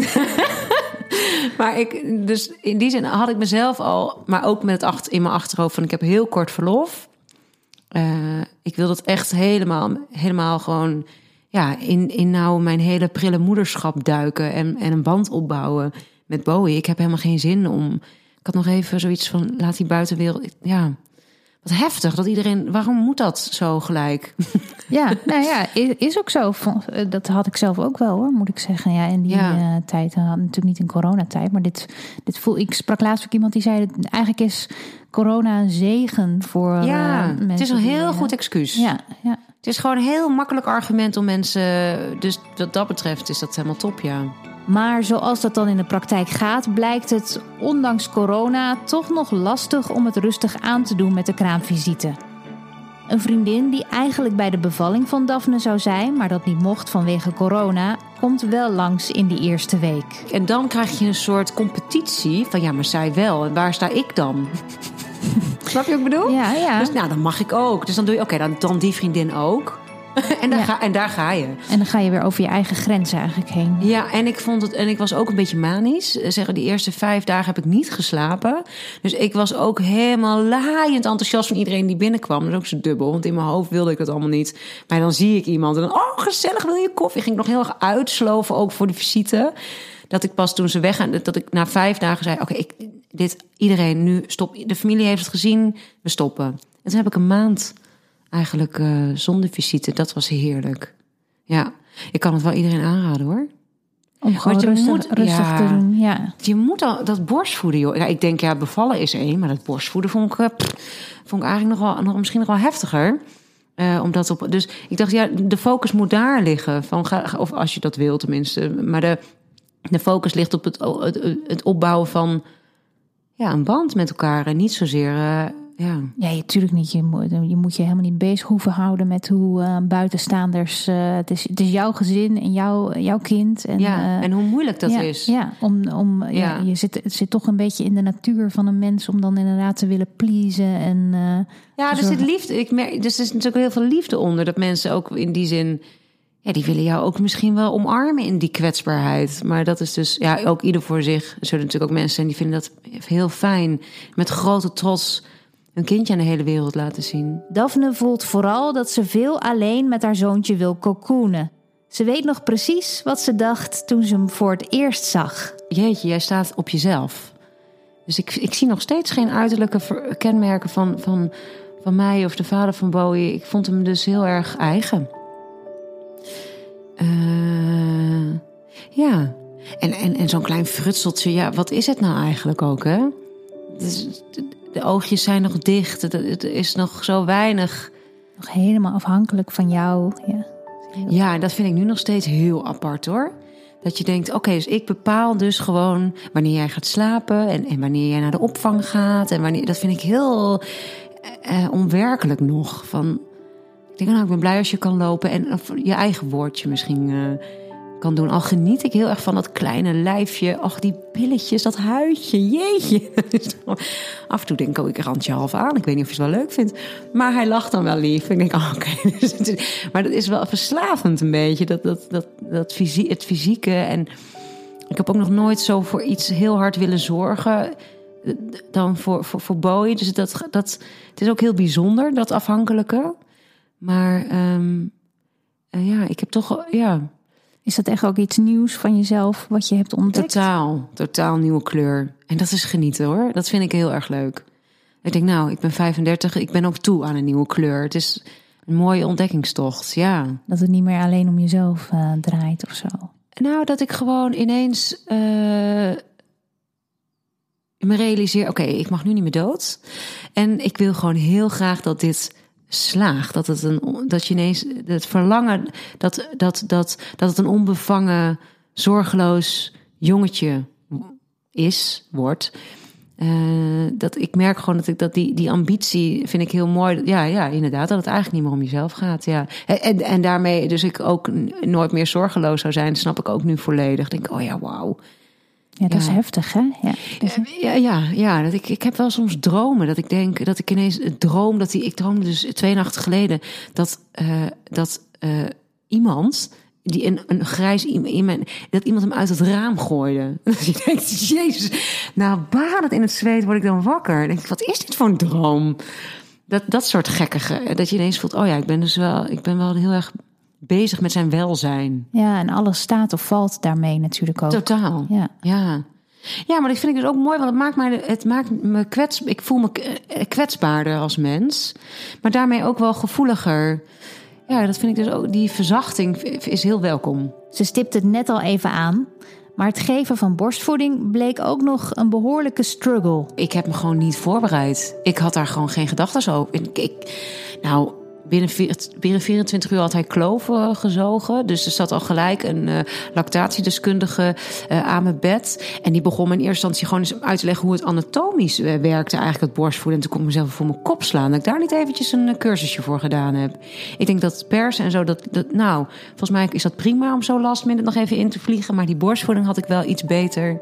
Speaker 1: Maar ik, dus in die zin had ik mezelf al, maar ook met het achter, in mijn achterhoofd van ik heb heel kort verlof. Uh, ik wil dat echt helemaal, helemaal gewoon, ja, in, in nou mijn hele prille moederschap duiken en, en een band opbouwen met Bowie. Ik heb helemaal geen zin om, ik had nog even zoiets van, laat die buitenwereld, ja, wat heftig dat iedereen, waarom moet dat zo gelijk?
Speaker 2: Ja, nou ja, is ook zo. Dat had ik zelf ook wel hoor, moet ik zeggen. Ja, in die ja. uh, tijd, uh, natuurlijk niet in coronatijd, maar dit, dit voel ik sprak laatst ook iemand die zei dat eigenlijk is corona een zegen voor
Speaker 1: ja, uh, mensen. Het is een heel
Speaker 2: die,
Speaker 1: goed excuus.
Speaker 2: Ja, ja.
Speaker 1: Het is gewoon een heel makkelijk argument om mensen, dus wat dat betreft is dat helemaal top, ja.
Speaker 2: Maar zoals dat dan in de praktijk gaat, blijkt het ondanks corona toch nog lastig om het rustig aan te doen met de kraamvisite. Een vriendin die eigenlijk bij de bevalling van Daphne zou zijn, maar dat niet mocht vanwege corona, komt wel langs in die eerste week.
Speaker 1: En dan krijg je een soort competitie van ja, maar zij wel. En waar sta ik dan? Snap je wat ik bedoel?
Speaker 2: Ja, ja.
Speaker 1: Dus nou, dan mag ik ook. Dus dan doe je, oké, okay, dan, dan die vriendin ook. en, daar
Speaker 2: ja.
Speaker 1: ga, en daar ga je.
Speaker 2: En dan ga je weer over je eigen grenzen eigenlijk heen.
Speaker 1: Ja, en ik vond het, en ik was ook een beetje manisch. Zeggen, die eerste vijf dagen heb ik niet geslapen. Dus ik was ook helemaal laaiend enthousiast van iedereen die binnenkwam. Dat is ook zo dubbel, want in mijn hoofd wilde ik dat allemaal niet. Maar dan zie ik iemand en dan, oh gezellig, wil je koffie? Ging ik nog heel erg uitsloven, ook voor de visite. Dat ik pas toen ze weggaan, dat ik na vijf dagen zei, oké, okay, dit iedereen nu stop. De familie heeft het gezien, we stoppen. En toen heb ik een maand eigenlijk uh, zonder visite. Dat was heerlijk. Ja, ik kan het wel iedereen aanraden hoor.
Speaker 2: Om gewoon
Speaker 1: je
Speaker 2: rustig,
Speaker 1: moet,
Speaker 2: rustig
Speaker 1: ja,
Speaker 2: te doen. Ja.
Speaker 1: Je moet al dat borstvoeden, joh. Ja, ik denk, ja, bevallen is één, maar dat borstvoeden vond ik, pff, vond ik eigenlijk nog wel, nog misschien nog wel heftiger. Uh, omdat op, dus ik dacht, ja, de focus moet daar liggen. Van, ga, of als je dat wil tenminste. Maar de, de focus ligt op het, het, het opbouwen van ja, een band met elkaar. En niet zozeer... Uh, Ja,
Speaker 2: ja, natuurlijk niet. Je moet, je moet je helemaal niet bezig hoeven houden met hoe uh, buitenstaanders... Uh, het, is, het is jouw gezin en jouw, jouw kind. En,
Speaker 1: ja,
Speaker 2: uh,
Speaker 1: en hoe moeilijk dat
Speaker 2: ja,
Speaker 1: is.
Speaker 2: Ja, om, om, ja. Ja, je zit, het zit toch een beetje in de natuur van een mens... om dan inderdaad te willen pleasen. En, uh,
Speaker 1: ja, er zit liefde. Ik merk, dus er is natuurlijk heel veel liefde onder. Dat mensen ook in die zin... Ja, die willen jou ook misschien wel omarmen in die kwetsbaarheid. Maar dat is dus, ja, ook ieder voor zich. Er zullen natuurlijk ook mensen zijn die vinden dat heel fijn. Met grote trots... een kindje aan de hele wereld laten zien.
Speaker 2: Daphne voelt vooral dat ze veel alleen met haar zoontje wil cocoonen. Ze weet nog precies wat ze dacht toen ze hem voor het eerst zag.
Speaker 1: Jeetje, jij staat op jezelf. Dus ik, ik zie nog steeds geen uiterlijke kenmerken van, van, van mij of de vader van Bowie. Ik vond hem dus heel erg eigen. Uh, ja, en, en, en zo'n klein frutseltje, ja, wat is het nou eigenlijk ook, hè? Dus, de, de oogjes zijn nog dicht, het, het is nog zo weinig.
Speaker 2: Nog helemaal afhankelijk van jou. Ja,
Speaker 1: ja, dat vind ik nu nog steeds heel apart, hoor. Dat je denkt, oké, okay, dus ik bepaal dus gewoon wanneer jij gaat slapen en, en wanneer jij naar de opvang gaat. En wanneer, dat vind ik heel uh, onwerkelijk nog. Van, ik denk, nou, ik ben blij als je kan lopen en of je eigen woordje misschien uh, kan doen. Al geniet ik heel erg van dat kleine lijfje. Och, die pilletjes, dat huidje, jeetje. Af en toe denk ik ook, ik randje half aan. Ik weet niet of je het wel leuk vindt. Maar hij lacht dan wel lief. Ik denk, oh, oké. Okay. Maar dat is wel verslavend een beetje. Dat, dat, dat, dat fysie, het fysieke. En ik heb ook nog nooit zo voor iets heel hard willen zorgen dan voor, voor, voor Bowie. Dus dat, dat, het is ook heel bijzonder, dat afhankelijke. Maar um, uh, ja, ik heb toch... ja.
Speaker 2: Is dat echt ook iets nieuws van jezelf wat je hebt ontdekt?
Speaker 1: Totaal, totaal nieuwe kleur. En dat is genieten, hoor. Dat vind ik heel erg leuk. Ik denk, nou, ik ben vijfendertig, ik ben ook toe aan een nieuwe kleur. Het is een mooie ontdekkingstocht, ja.
Speaker 2: Dat het niet meer alleen om jezelf uh, draait of zo.
Speaker 1: Nou, dat ik gewoon ineens uh, me realiseer... oké, okay, ik mag nu niet meer dood. En ik wil gewoon heel graag dat dit... slaagt, dat het een dat je ineens het verlangen dat dat dat dat het een onbevangen, zorgeloos jongetje is wordt. Uh, dat ik merk gewoon dat ik dat die die ambitie vind ik heel mooi. Ja, ja, inderdaad, dat het eigenlijk niet meer om jezelf gaat. Ja, en en daarmee dus ik ook nooit meer zorgeloos zou zijn. Snap ik ook nu volledig. Denk, oh ja, wauw.
Speaker 2: Ja, dat
Speaker 1: ja.
Speaker 2: is heftig, hè? Ja,
Speaker 1: dus... ja, ja, ja dat ik, ik heb wel soms dromen. Dat ik denk, dat ik ineens droom... dat die, ik droomde dus twee nachten geleden... dat, uh, dat uh, iemand... die een, een grijs iemand... dat iemand hem uit het raam gooide. Dat je denkt, jezus... nou, badend in het zweet word ik dan wakker. Dan denk ik, wat is dit voor een droom? Dat, dat soort gekkige... dat je ineens voelt, oh ja, ik ben dus wel... ik ben wel heel erg... bezig met zijn welzijn.
Speaker 2: Ja, en alles staat of valt daarmee natuurlijk ook.
Speaker 1: Totaal. Ja, ja. Ja, maar dat vind ik dus ook mooi, want het maakt mij, het maakt me kwets, ik voel me kwetsbaarder als mens, maar daarmee ook wel gevoeliger. Ja, dat vind ik dus ook. Die verzachting is heel welkom.
Speaker 2: Ze stipt het net al even aan, maar het geven van borstvoeding bleek ook nog een behoorlijke struggle.
Speaker 1: Ik heb me gewoon niet voorbereid. Ik had daar gewoon geen gedachten over. Ik, ik, nou. Binnen, binnen vierentwintig uur had hij kloven gezogen. Dus er zat al gelijk een uh, lactatiedeskundige uh, aan mijn bed. En die begon me in eerste instantie gewoon eens uit te leggen... hoe het anatomisch uh, werkte, eigenlijk het borstvoeden. En toen kon ik mezelf voor mijn kop slaan. Dat ik daar niet eventjes een uh, cursusje voor gedaan heb. Ik denk dat persen en zo... Dat, dat, nou, volgens mij is dat prima om zo last minute nog even in te vliegen. Maar die borstvoeding had ik wel iets beter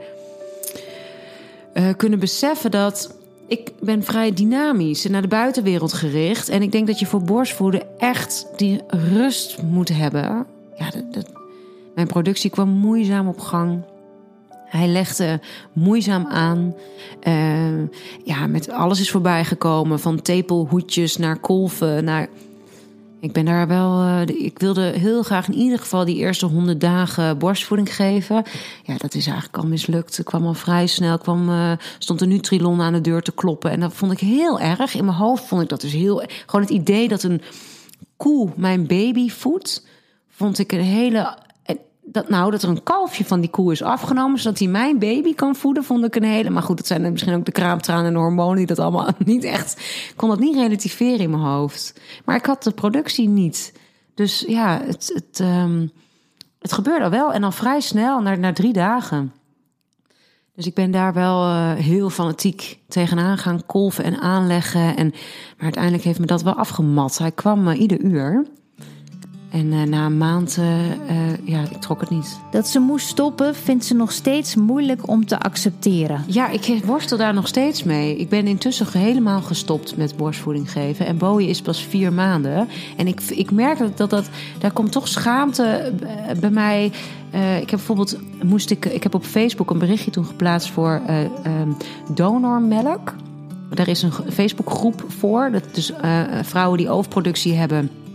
Speaker 1: uh, kunnen beseffen dat... Ik ben vrij dynamisch en naar de buitenwereld gericht. En ik denk dat je voor borstvoeden echt die rust moet hebben. Ja, dat, dat, mijn productie kwam moeizaam op gang. Hij legde moeizaam aan. Uh, ja, met alles is voorbij gekomen. Van tepelhoedjes naar kolven, naar... Ik ben daar wel. Uh, ik wilde heel graag in ieder geval die eerste honderd dagen borstvoeding geven. Ja, dat is eigenlijk al mislukt. Ik kwam al vrij snel. Ik kwam, uh, stond een Nutrilon aan de deur te kloppen. En dat vond ik heel erg. In mijn hoofd vond ik dat dus heel. Gewoon het idee dat een koe mijn baby voedt, vond ik een hele. Dat, nou, dat er een kalfje van die koe is afgenomen, zodat hij mijn baby kan voeden, vond ik een hele... Maar goed, dat zijn misschien ook de kraamtranen en de hormonen die dat allemaal niet echt... Ik kon dat niet relativeren in mijn hoofd. Maar ik had de productie niet. Dus ja, het, het, um, het gebeurde wel. En al vrij snel, na, na drie dagen. Dus ik ben daar wel uh, heel fanatiek tegenaan gaan kolven en aanleggen. En, maar uiteindelijk heeft me dat wel afgemat. Hij kwam uh, ieder uur... En uh, na een maand, uh, uh, ja, ik trok het niet.
Speaker 2: Dat ze moest stoppen vindt ze nog steeds moeilijk om te accepteren.
Speaker 1: Ja, ik worstel daar nog steeds mee. Ik ben intussen helemaal gestopt met borstvoeding geven. En Bowie is pas vier maanden. En ik, ik merk dat, dat, dat daar komt toch schaamte bij mij. Uh, ik heb bijvoorbeeld, moest ik, ik heb op Facebook een berichtje toen geplaatst voor uh, um, donormelk. Daar is een Facebookgroep voor. Dat dus uh, vrouwen die overproductie hebben...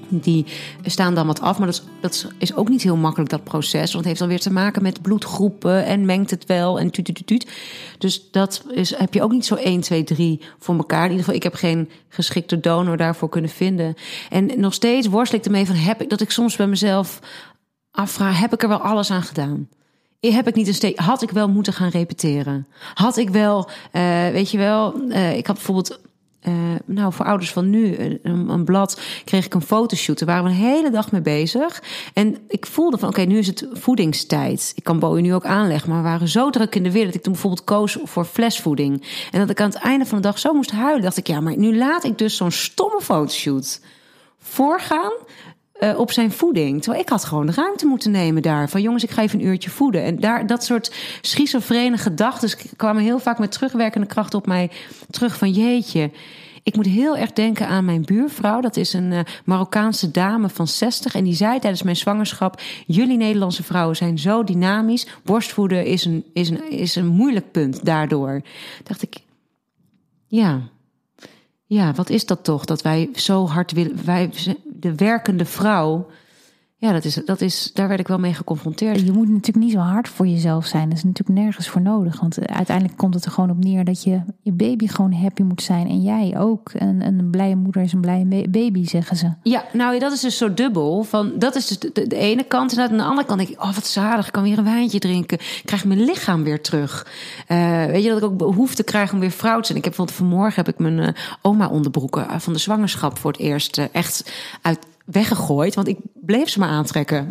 Speaker 1: Die staan dan wat af, maar dat is, dat is ook niet heel makkelijk, dat proces. Want het heeft dan weer te maken met bloedgroepen en mengt het wel en tuut, tuut, tuut. Dus dat is, heb je ook niet zo één, twee, drie voor elkaar. In ieder geval, ik heb geen geschikte donor daarvoor kunnen vinden. En nog steeds worstel ik ermee van, heb ik dat ik soms bij mezelf afvraag, heb ik er wel alles aan gedaan? Heb ik niet een steek, had ik wel moeten gaan repeteren? Had ik wel, uh, weet je wel, uh, ik had bijvoorbeeld... Uh, nou, voor ouders van nu, een, een blad, kreeg ik een fotoshoot. Daar waren we een hele dag mee bezig. En ik voelde van, oké, okay, nu is het voedingstijd. Ik kan Bowie nu ook aanleggen, maar we waren zo druk in de weer... dat ik toen bijvoorbeeld koos voor flesvoeding. En dat ik aan het einde van de dag zo moest huilen. Dacht ik, ja, maar nu laat ik dus zo'n stomme fotoshoot voorgaan... Uh, op zijn voeding. Terwijl ik had gewoon de ruimte moeten nemen daar. Van jongens, ik ga even een uurtje voeden. En daar, dat soort schizofrene gedachten kwamen heel vaak met terugwerkende kracht op mij terug. Van jeetje, ik moet heel erg denken aan mijn buurvrouw. Dat is een uh, Marokkaanse dame van zestig. En die zei tijdens mijn zwangerschap, jullie Nederlandse vrouwen zijn zo dynamisch. Borstvoeden is een, is een, is een moeilijk punt daardoor. Dacht ik, ja... Ja, wat is dat toch? Dat wij zo hard willen... Wij, de werkende vrouw... Ja, dat is, dat is, daar werd ik wel mee geconfronteerd.
Speaker 2: Je moet natuurlijk niet zo hard voor jezelf zijn. Dat is natuurlijk nergens voor nodig. Want uiteindelijk komt het er gewoon op neer... dat je, je baby gewoon happy moet zijn. En jij ook. En, en een blije moeder is een blije baby, zeggen ze.
Speaker 1: Ja, nou, dat is dus zo dubbel. Van, dat is dus de, de, de ene kant. En aan de andere kant denk ik... oh, wat zalig, ik kan weer een wijntje drinken. Ik krijg mijn lichaam weer terug. Uh, weet je, dat ik ook behoefte krijg om weer vrouw te zijn. Ik heb bijvoorbeeld vanmorgen... heb ik mijn uh, oma-onderbroeken van de zwangerschap... voor het eerst uh, echt uit... weggegooid, want ik bleef ze maar aantrekken.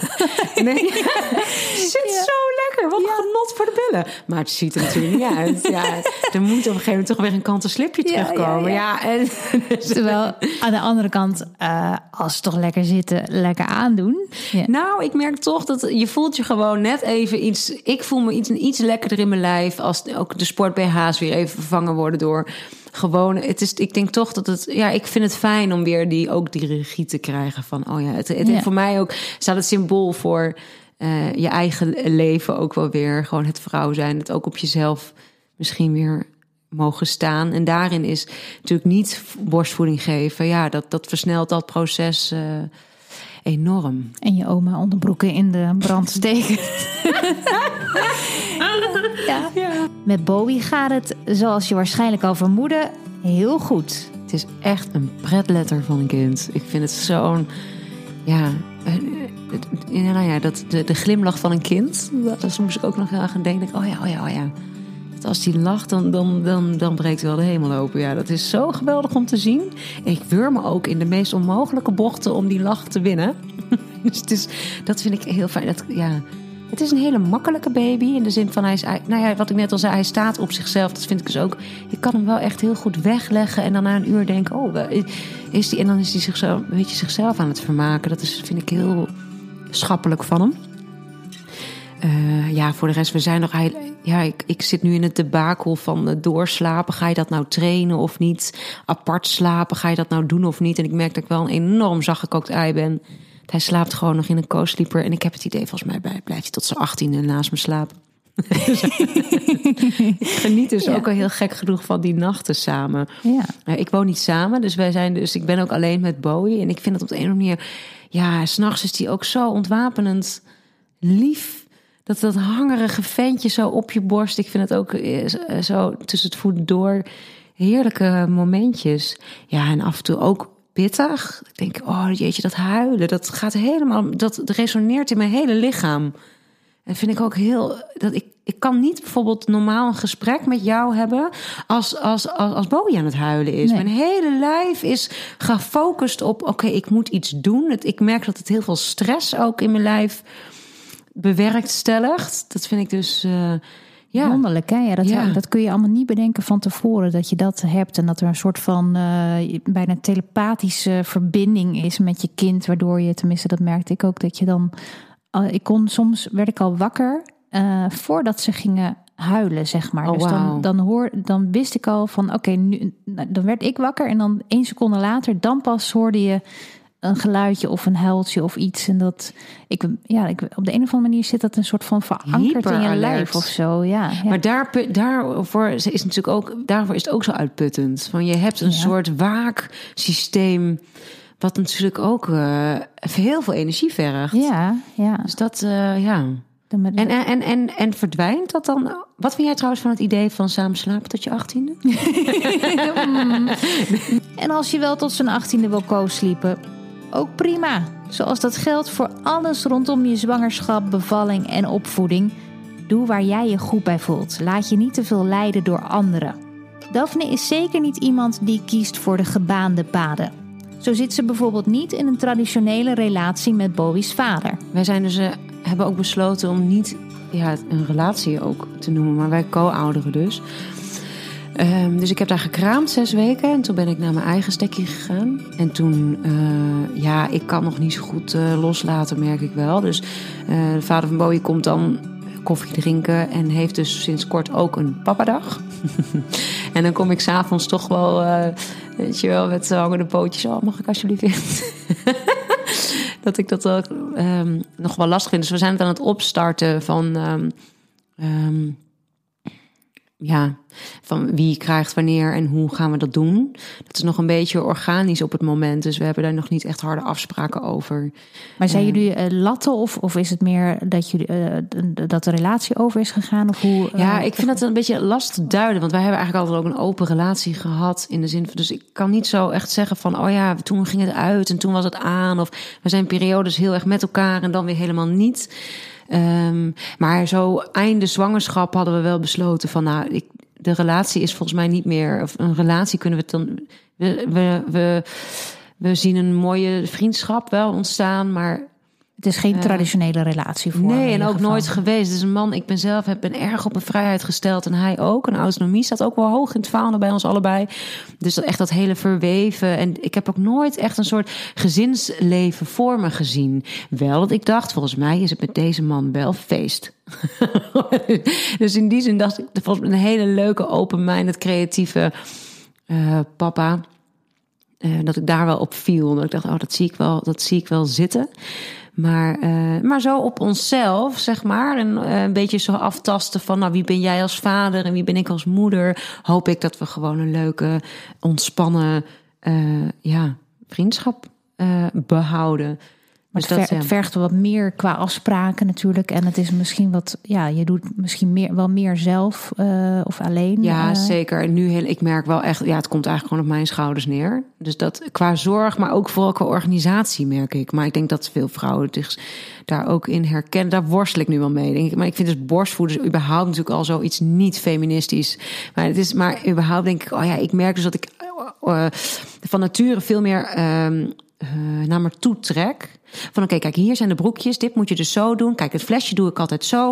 Speaker 1: Nee, zit ja. zo lekker. Wat ja. genot voor de billen. Maar het ziet er natuurlijk niet uit. Ja, er moet op een gegeven moment toch weer een kanten slipje terugkomen. Ja, ja, ja. ja en,
Speaker 2: terwijl aan de andere kant, uh, als ze toch lekker zitten, lekker aandoen.
Speaker 1: Ja. Nou, ik merk toch dat je voelt je gewoon net even iets... Ik voel me iets, iets lekkerder in mijn lijf als ook de sport B H's weer even vervangen worden door... Gewoon, het is, ik denk toch dat het, ja, ik vind het fijn om weer die, ook die regie te krijgen van, oh ja, het, het ja. voor mij ook staat het symbool voor uh, je eigen leven ook wel weer, gewoon het vrouw zijn, het ook op jezelf misschien weer mogen staan. En daarin is natuurlijk niet borstvoeding geven, ja, dat, dat versnelt dat proces uh, enorm.
Speaker 2: En je oma onderbroeken in de brand steken. Ja. Ja. Met Bowie gaat het, zoals je waarschijnlijk al vermoedde, heel goed.
Speaker 1: Het is echt een pretletter van een kind. Ik vind het zo'n... Ja, nou ja dat, de, de glimlach van een kind. Daar moest ik ook nog aan gaan denken. Oh ja, oh ja, oh ja. Dat als die lacht, dan, dan, dan, dan breekt wel de hemel open. Ja, dat is zo geweldig om te zien. En ik wurm me ook in de meest onmogelijke bochten om die lach te winnen. Dus het is, dat vind ik heel fijn. Dat, ja... Het is een hele makkelijke baby. In de zin van, hij is, nou ja, wat ik net al zei, hij staat op zichzelf. Dat vind ik dus ook. Je kan hem wel echt heel goed wegleggen. En dan na een uur denken, oh, is die, en dan is hij zichzelf, een beetje zichzelf aan het vermaken. Dat is, vind ik heel schappelijk van hem. Uh, ja, voor de rest, we zijn nog... Ja, ik, ik zit nu in het debakel van uh, doorslapen. Ga je dat nou trainen of niet? Apart slapen, ga je dat nou doen of niet? En ik merk dat ik wel een enorm zachtgekookt ei ben. Hij slaapt gewoon nog in een co-sleeper. En ik heb het idee, volgens mij blijft hij tot zijn achttiende naast me slapen. Ik geniet dus ja. ook al heel gek genoeg van die nachten samen. Ja. Ik woon niet samen, dus wij zijn dus ik ben ook alleen met Bowie. En ik vind het op de een of andere manier... Ja, 's nachts is die ook zo ontwapenend lief. Dat dat hangerige ventje zo op je borst. Ik vind het ook zo tussen het voeten door heerlijke momentjes. Ja, en af en toe ook... pittig. Ik denk, oh jeetje, dat huilen, dat gaat helemaal, dat resoneert in mijn hele lichaam. En vind ik ook heel, dat ik, ik kan niet bijvoorbeeld normaal een gesprek met jou hebben als, als, als, als Bowie aan het huilen is. Nee. Mijn hele lijf is gefocust op, oké, okay, ik moet iets doen. Het, ik merk dat het heel veel stress ook in mijn lijf bewerkstelligt. Dat vind ik dus... Uh, Ja.
Speaker 2: Wonderlijk, hè? Ja, dat, ja. dat kun je allemaal niet bedenken van tevoren dat je dat hebt. En dat er een soort van uh, bijna telepathische verbinding is met je kind. Waardoor je, tenminste dat merkte ik ook, dat je dan... Uh, ik kon soms, werd ik al wakker uh, voordat ze gingen huilen, zeg maar.
Speaker 1: Oh,
Speaker 2: dus
Speaker 1: wow.
Speaker 2: dan, dan, hoor, dan wist ik al van, oké, okay, nu dan werd ik wakker. En dan één seconde later, dan pas hoorde je... een geluidje of een huiltje of iets. En dat ik, ja, ik, op de een of andere manier zit dat een soort van verankerd in je lijf of zo. Ja, ja.
Speaker 1: Maar daar, daarvoor is natuurlijk ook, daarvoor is het ook zo uitputtend. Van je hebt een ja. soort waaksysteem Wat natuurlijk ook uh, heel veel energie vergt.
Speaker 2: Ja, ja.
Speaker 1: Dus dat, uh, ja. En, en, en, en verdwijnt dat dan? Wat vind jij trouwens van het idee van samen slapen tot je achttiende?
Speaker 2: En als je wel tot zijn achttiende wil co-sleepen, ook prima. Zoals dat geldt voor alles rondom je zwangerschap, bevalling en opvoeding. Doe waar jij je goed bij voelt. Laat je niet te veel leiden door anderen. Daphne is zeker niet iemand die kiest voor de gebaande paden. Zo zit ze bijvoorbeeld niet in een traditionele relatie met Bowie's vader.
Speaker 1: Wij zijn dus, uh, hebben ook besloten om niet ja, een relatie ook te noemen, maar wij co-ouderen dus. Um, dus ik heb daar gekraamd zes weken en toen ben ik naar mijn eigen stekje gegaan. En toen, uh, ja, ik kan nog niet zo goed uh, loslaten, merk ik wel. Dus uh, de vader van Bowie komt dan koffie drinken en heeft dus sinds kort ook een papadag. En dan kom ik 's avonds toch wel, uh, weet je wel, met hangende pootjes. Oh, mag ik alsjeblieft? Dat ik dat ook um, nog wel lastig vind. Dus we zijn het aan het opstarten van, um, um, ja, van wie krijgt wanneer en hoe gaan we dat doen. Dat is nog een beetje organisch op het moment. Dus we hebben daar nog niet echt harde afspraken over.
Speaker 2: Maar zijn uh, jullie uh, latten of, of is het meer dat, jullie, uh, dat de relatie over is gegaan? Of hoe, uh,
Speaker 1: ja, ik vind dat een beetje lastig te duiden. Want wij hebben eigenlijk altijd ook een open relatie gehad. In de zin van, dus ik kan niet zo echt zeggen van, oh ja, toen ging het uit en toen was het aan. Of we zijn periodes heel erg met elkaar en dan weer helemaal niet. Um, maar zo einde zwangerschap hadden we wel besloten van, nou, ik, de relatie is volgens mij niet meer, of een relatie kunnen we het dan, we, we, we, we zien een mooie vriendschap wel ontstaan, maar
Speaker 2: het is geen uh, traditionele relatie voor.
Speaker 1: Nee, en ook geval. Nooit geweest. Het is een man, ik ben zelf, heb ben erg op mijn vrijheid gesteld en hij ook. En autonomie staat ook wel hoog in het vaandel bij ons allebei. Dus dat echt dat hele verweven. En ik heb ook nooit echt een soort gezinsleven voor me gezien. Wel dat ik dacht, volgens mij is het met deze man wel feest. Dus in die zin dacht ik, volgens mij een hele leuke, open-minded, creatieve uh, papa. Uh, dat ik daar wel op viel. Dat ik dacht, oh, dat zie ik wel, dat zie ik wel zitten. Maar, uh, maar zo op onszelf, zeg maar. En uh, een beetje zo aftasten van, nou, wie ben jij als vader en wie ben ik als moeder? Hoop ik dat we gewoon een leuke, ontspannen uh, ja, vriendschap uh, behouden.
Speaker 2: Maar dus het, ver, dat, ja. het vergt wat meer qua afspraken natuurlijk. En het is misschien wat, ja, je doet misschien meer, wel meer zelf uh, of alleen.
Speaker 1: Ja,
Speaker 2: uh.
Speaker 1: zeker. En nu heel, ik merk wel echt, ja, het komt eigenlijk gewoon op mijn schouders neer. Dus dat qua zorg, maar ook vooral qua organisatie merk ik. Maar ik denk dat veel vrouwen zich daar ook in herkennen. Daar worstel ik nu wel mee, denk ik. Maar ik vind dus borstvoeders überhaupt natuurlijk al zoiets niet feministisch. Maar het is, maar überhaupt denk ik, oh ja, ik merk dus dat ik uh, van nature veel meer Um, Uh, naar me toe trek. Van oké, okay, kijk, hier zijn de broekjes. Dit moet je dus zo doen. Kijk, het flesje doe ik altijd zo.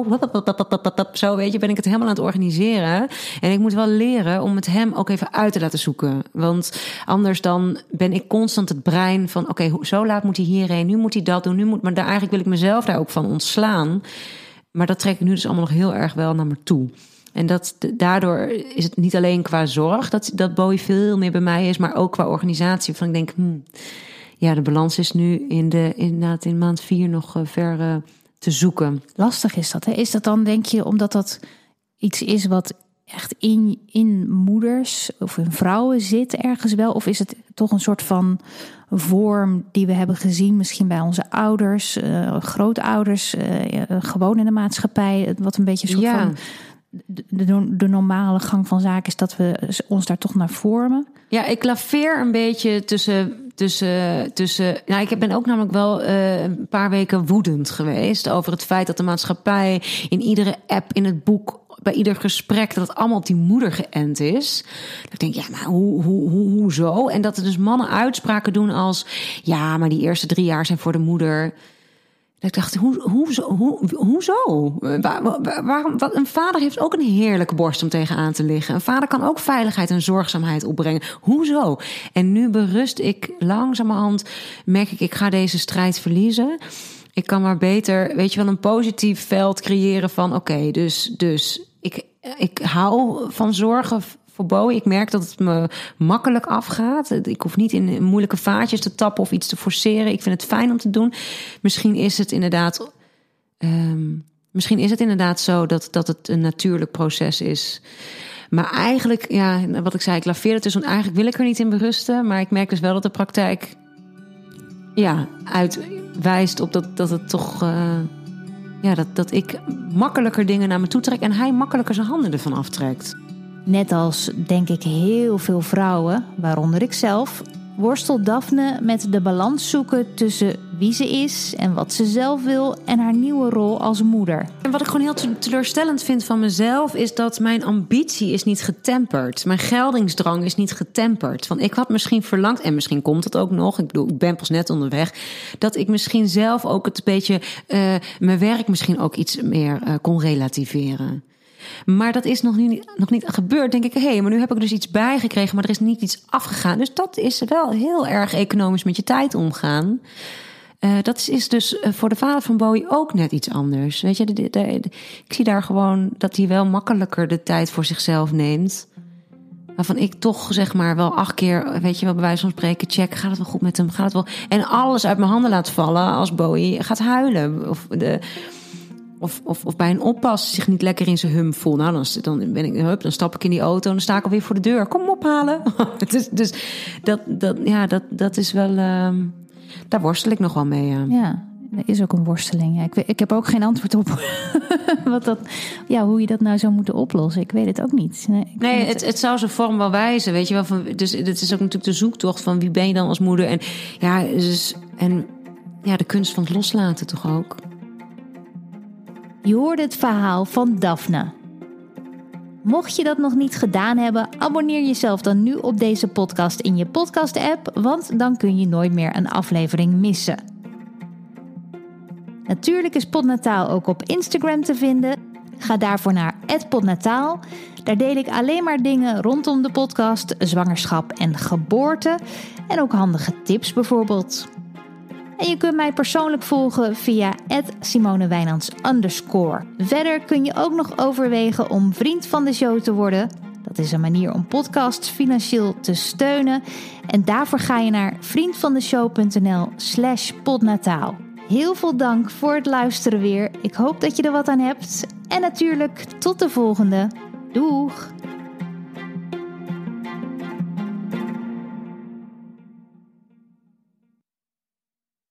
Speaker 1: Zo, weet je, ben ik het helemaal aan het organiseren. En ik moet wel leren om het hem ook even uit te laten zoeken. Want anders dan ben ik constant het brein van oké, okay, zo laat moet hij hierheen. Nu moet hij dat doen. Nu moet, maar daar, eigenlijk wil ik mezelf daar ook van ontslaan. Maar dat trek ik nu dus allemaal nog heel erg wel naar me toe. En dat, daardoor is het niet alleen qua zorg dat, dat Bowie veel meer bij mij is, maar ook qua organisatie. Van ik denk, hmm, ja, de balans is nu in de inderdaad in maand vier nog uh, ver uh, te zoeken.
Speaker 2: Lastig is dat, hè? Is dat dan, denk je, omdat dat iets is wat echt in, in moeders of in vrouwen zit ergens wel? Of is het toch een soort van vorm die we hebben gezien, misschien bij onze ouders, uh, grootouders, uh, gewoon in de maatschappij, wat een beetje een soort
Speaker 1: ja.
Speaker 2: van De, de, de normale gang van zaken is dat we ons daar toch naar vormen?
Speaker 1: Ja, ik laveer een beetje tussen tussen tussen. Nou, ik ben ook namelijk wel uh, een paar weken woedend geweest over het feit dat de maatschappij in iedere app, in het boek, bij ieder gesprek, dat het allemaal op die moeder geënt is. Dat ik denk, ja, maar hoe, hoe, hoe, hoezo? En dat er dus mannen uitspraken doen als, ja, maar die eerste drie jaar zijn voor de moeder. Dat ik dacht, hoe, hoezo? Hoe, hoezo? Waar, waarom, wat, een vader heeft ook een heerlijke borst om tegenaan te liggen. Een vader kan ook veiligheid en zorgzaamheid opbrengen. Hoezo? En nu berust ik langzamerhand, merk ik, ik ga deze strijd verliezen. Ik kan maar beter, weet je wel, een positief veld creëren van, oké, okay, dus, dus ik, ik hou van zorgen voor Bowie. Ik merk dat het me makkelijk afgaat. Ik hoef niet in moeilijke vaatjes te tappen of iets te forceren. Ik vind het fijn om te doen. Misschien is het inderdaad, um, misschien is het inderdaad zo dat, dat het een natuurlijk proces is. Maar eigenlijk, ja, wat ik zei, ik laveer het dus, want eigenlijk wil ik er niet in berusten. Maar ik merk dus wel dat de praktijk ja, uitwijst op dat, dat het toch... Uh, ja, dat, dat ik makkelijker dingen naar me toe trek en hij makkelijker zijn handen ervan aftrekt.
Speaker 2: Net als, denk ik, heel veel vrouwen, waaronder ik zelf, worstelt Daphne met de balans zoeken tussen wie ze is en wat ze zelf wil en haar nieuwe rol als moeder.
Speaker 1: En wat ik gewoon heel teleurstellend vind van mezelf is dat mijn ambitie is niet getemperd. Mijn geldingsdrang is niet getemperd. Want ik had misschien verlangd, en misschien komt het ook nog, ik bedoel, ik ben pas net onderweg, dat ik misschien zelf ook het beetje, uh, mijn werk misschien ook iets meer uh, kon relativeren. Maar dat is nog niet, nog niet gebeurd. Denk ik, hé, hey, maar nu heb ik dus iets bijgekregen, maar er is niet iets afgegaan. Dus dat is wel heel erg economisch met je tijd omgaan. Uh, dat is, is dus uh, voor de vader van Bowie ook net iets anders. Weet je, de, de, de, ik zie daar gewoon dat hij wel makkelijker de tijd voor zichzelf neemt. Waarvan ik toch zeg maar wel acht keer, weet je wel, bij wijze van spreken, check, gaat het wel goed met hem? Gaat het wel? En alles uit mijn handen laat vallen als Bowie gaat huilen. Of de... Of, of, of bij een oppas zich niet lekker in zijn hum voelt. Nou, dan, dan, ben ik, hup, dan stap ik in die auto en dan sta ik alweer voor de deur. Kom hem ophalen. dus dus dat, dat, ja, dat, dat is wel... Uh, daar worstel ik nog wel mee. Uh.
Speaker 2: Ja, er is ook een worsteling. Ja, ik, ik heb ook geen antwoord op wat dat, ja, hoe je dat nou zou moeten oplossen. Ik weet het ook niet. Nee,
Speaker 1: nee het, het zou zijn vorm wel wijzen. Weet je wel, van, dus het is ook natuurlijk de zoektocht van wie ben je dan als moeder. En ja, dus, en, ja de kunst van het loslaten toch ook.
Speaker 2: Je hoorde het verhaal van Daphne. Mocht je dat nog niet gedaan hebben, abonneer jezelf dan nu op deze podcast in je podcast-app, want dan kun je nooit meer een aflevering missen. Natuurlijk is Podnataal ook op Instagram te vinden. Ga daarvoor naar at podnataal. Daar deel ik alleen maar dingen rondom de podcast, zwangerschap en geboorte en ook handige tips bijvoorbeeld. En je kunt mij persoonlijk volgen via at simonewijnands underscore. Verder kun je ook nog overwegen om vriend van de show te worden. Dat is een manier om podcasts financieel te steunen. En daarvoor ga je naar vriendvandeshow.nl slash podnataal. Heel veel dank voor het luisteren weer. Ik hoop dat je er wat aan hebt. En natuurlijk tot de volgende. Doeg!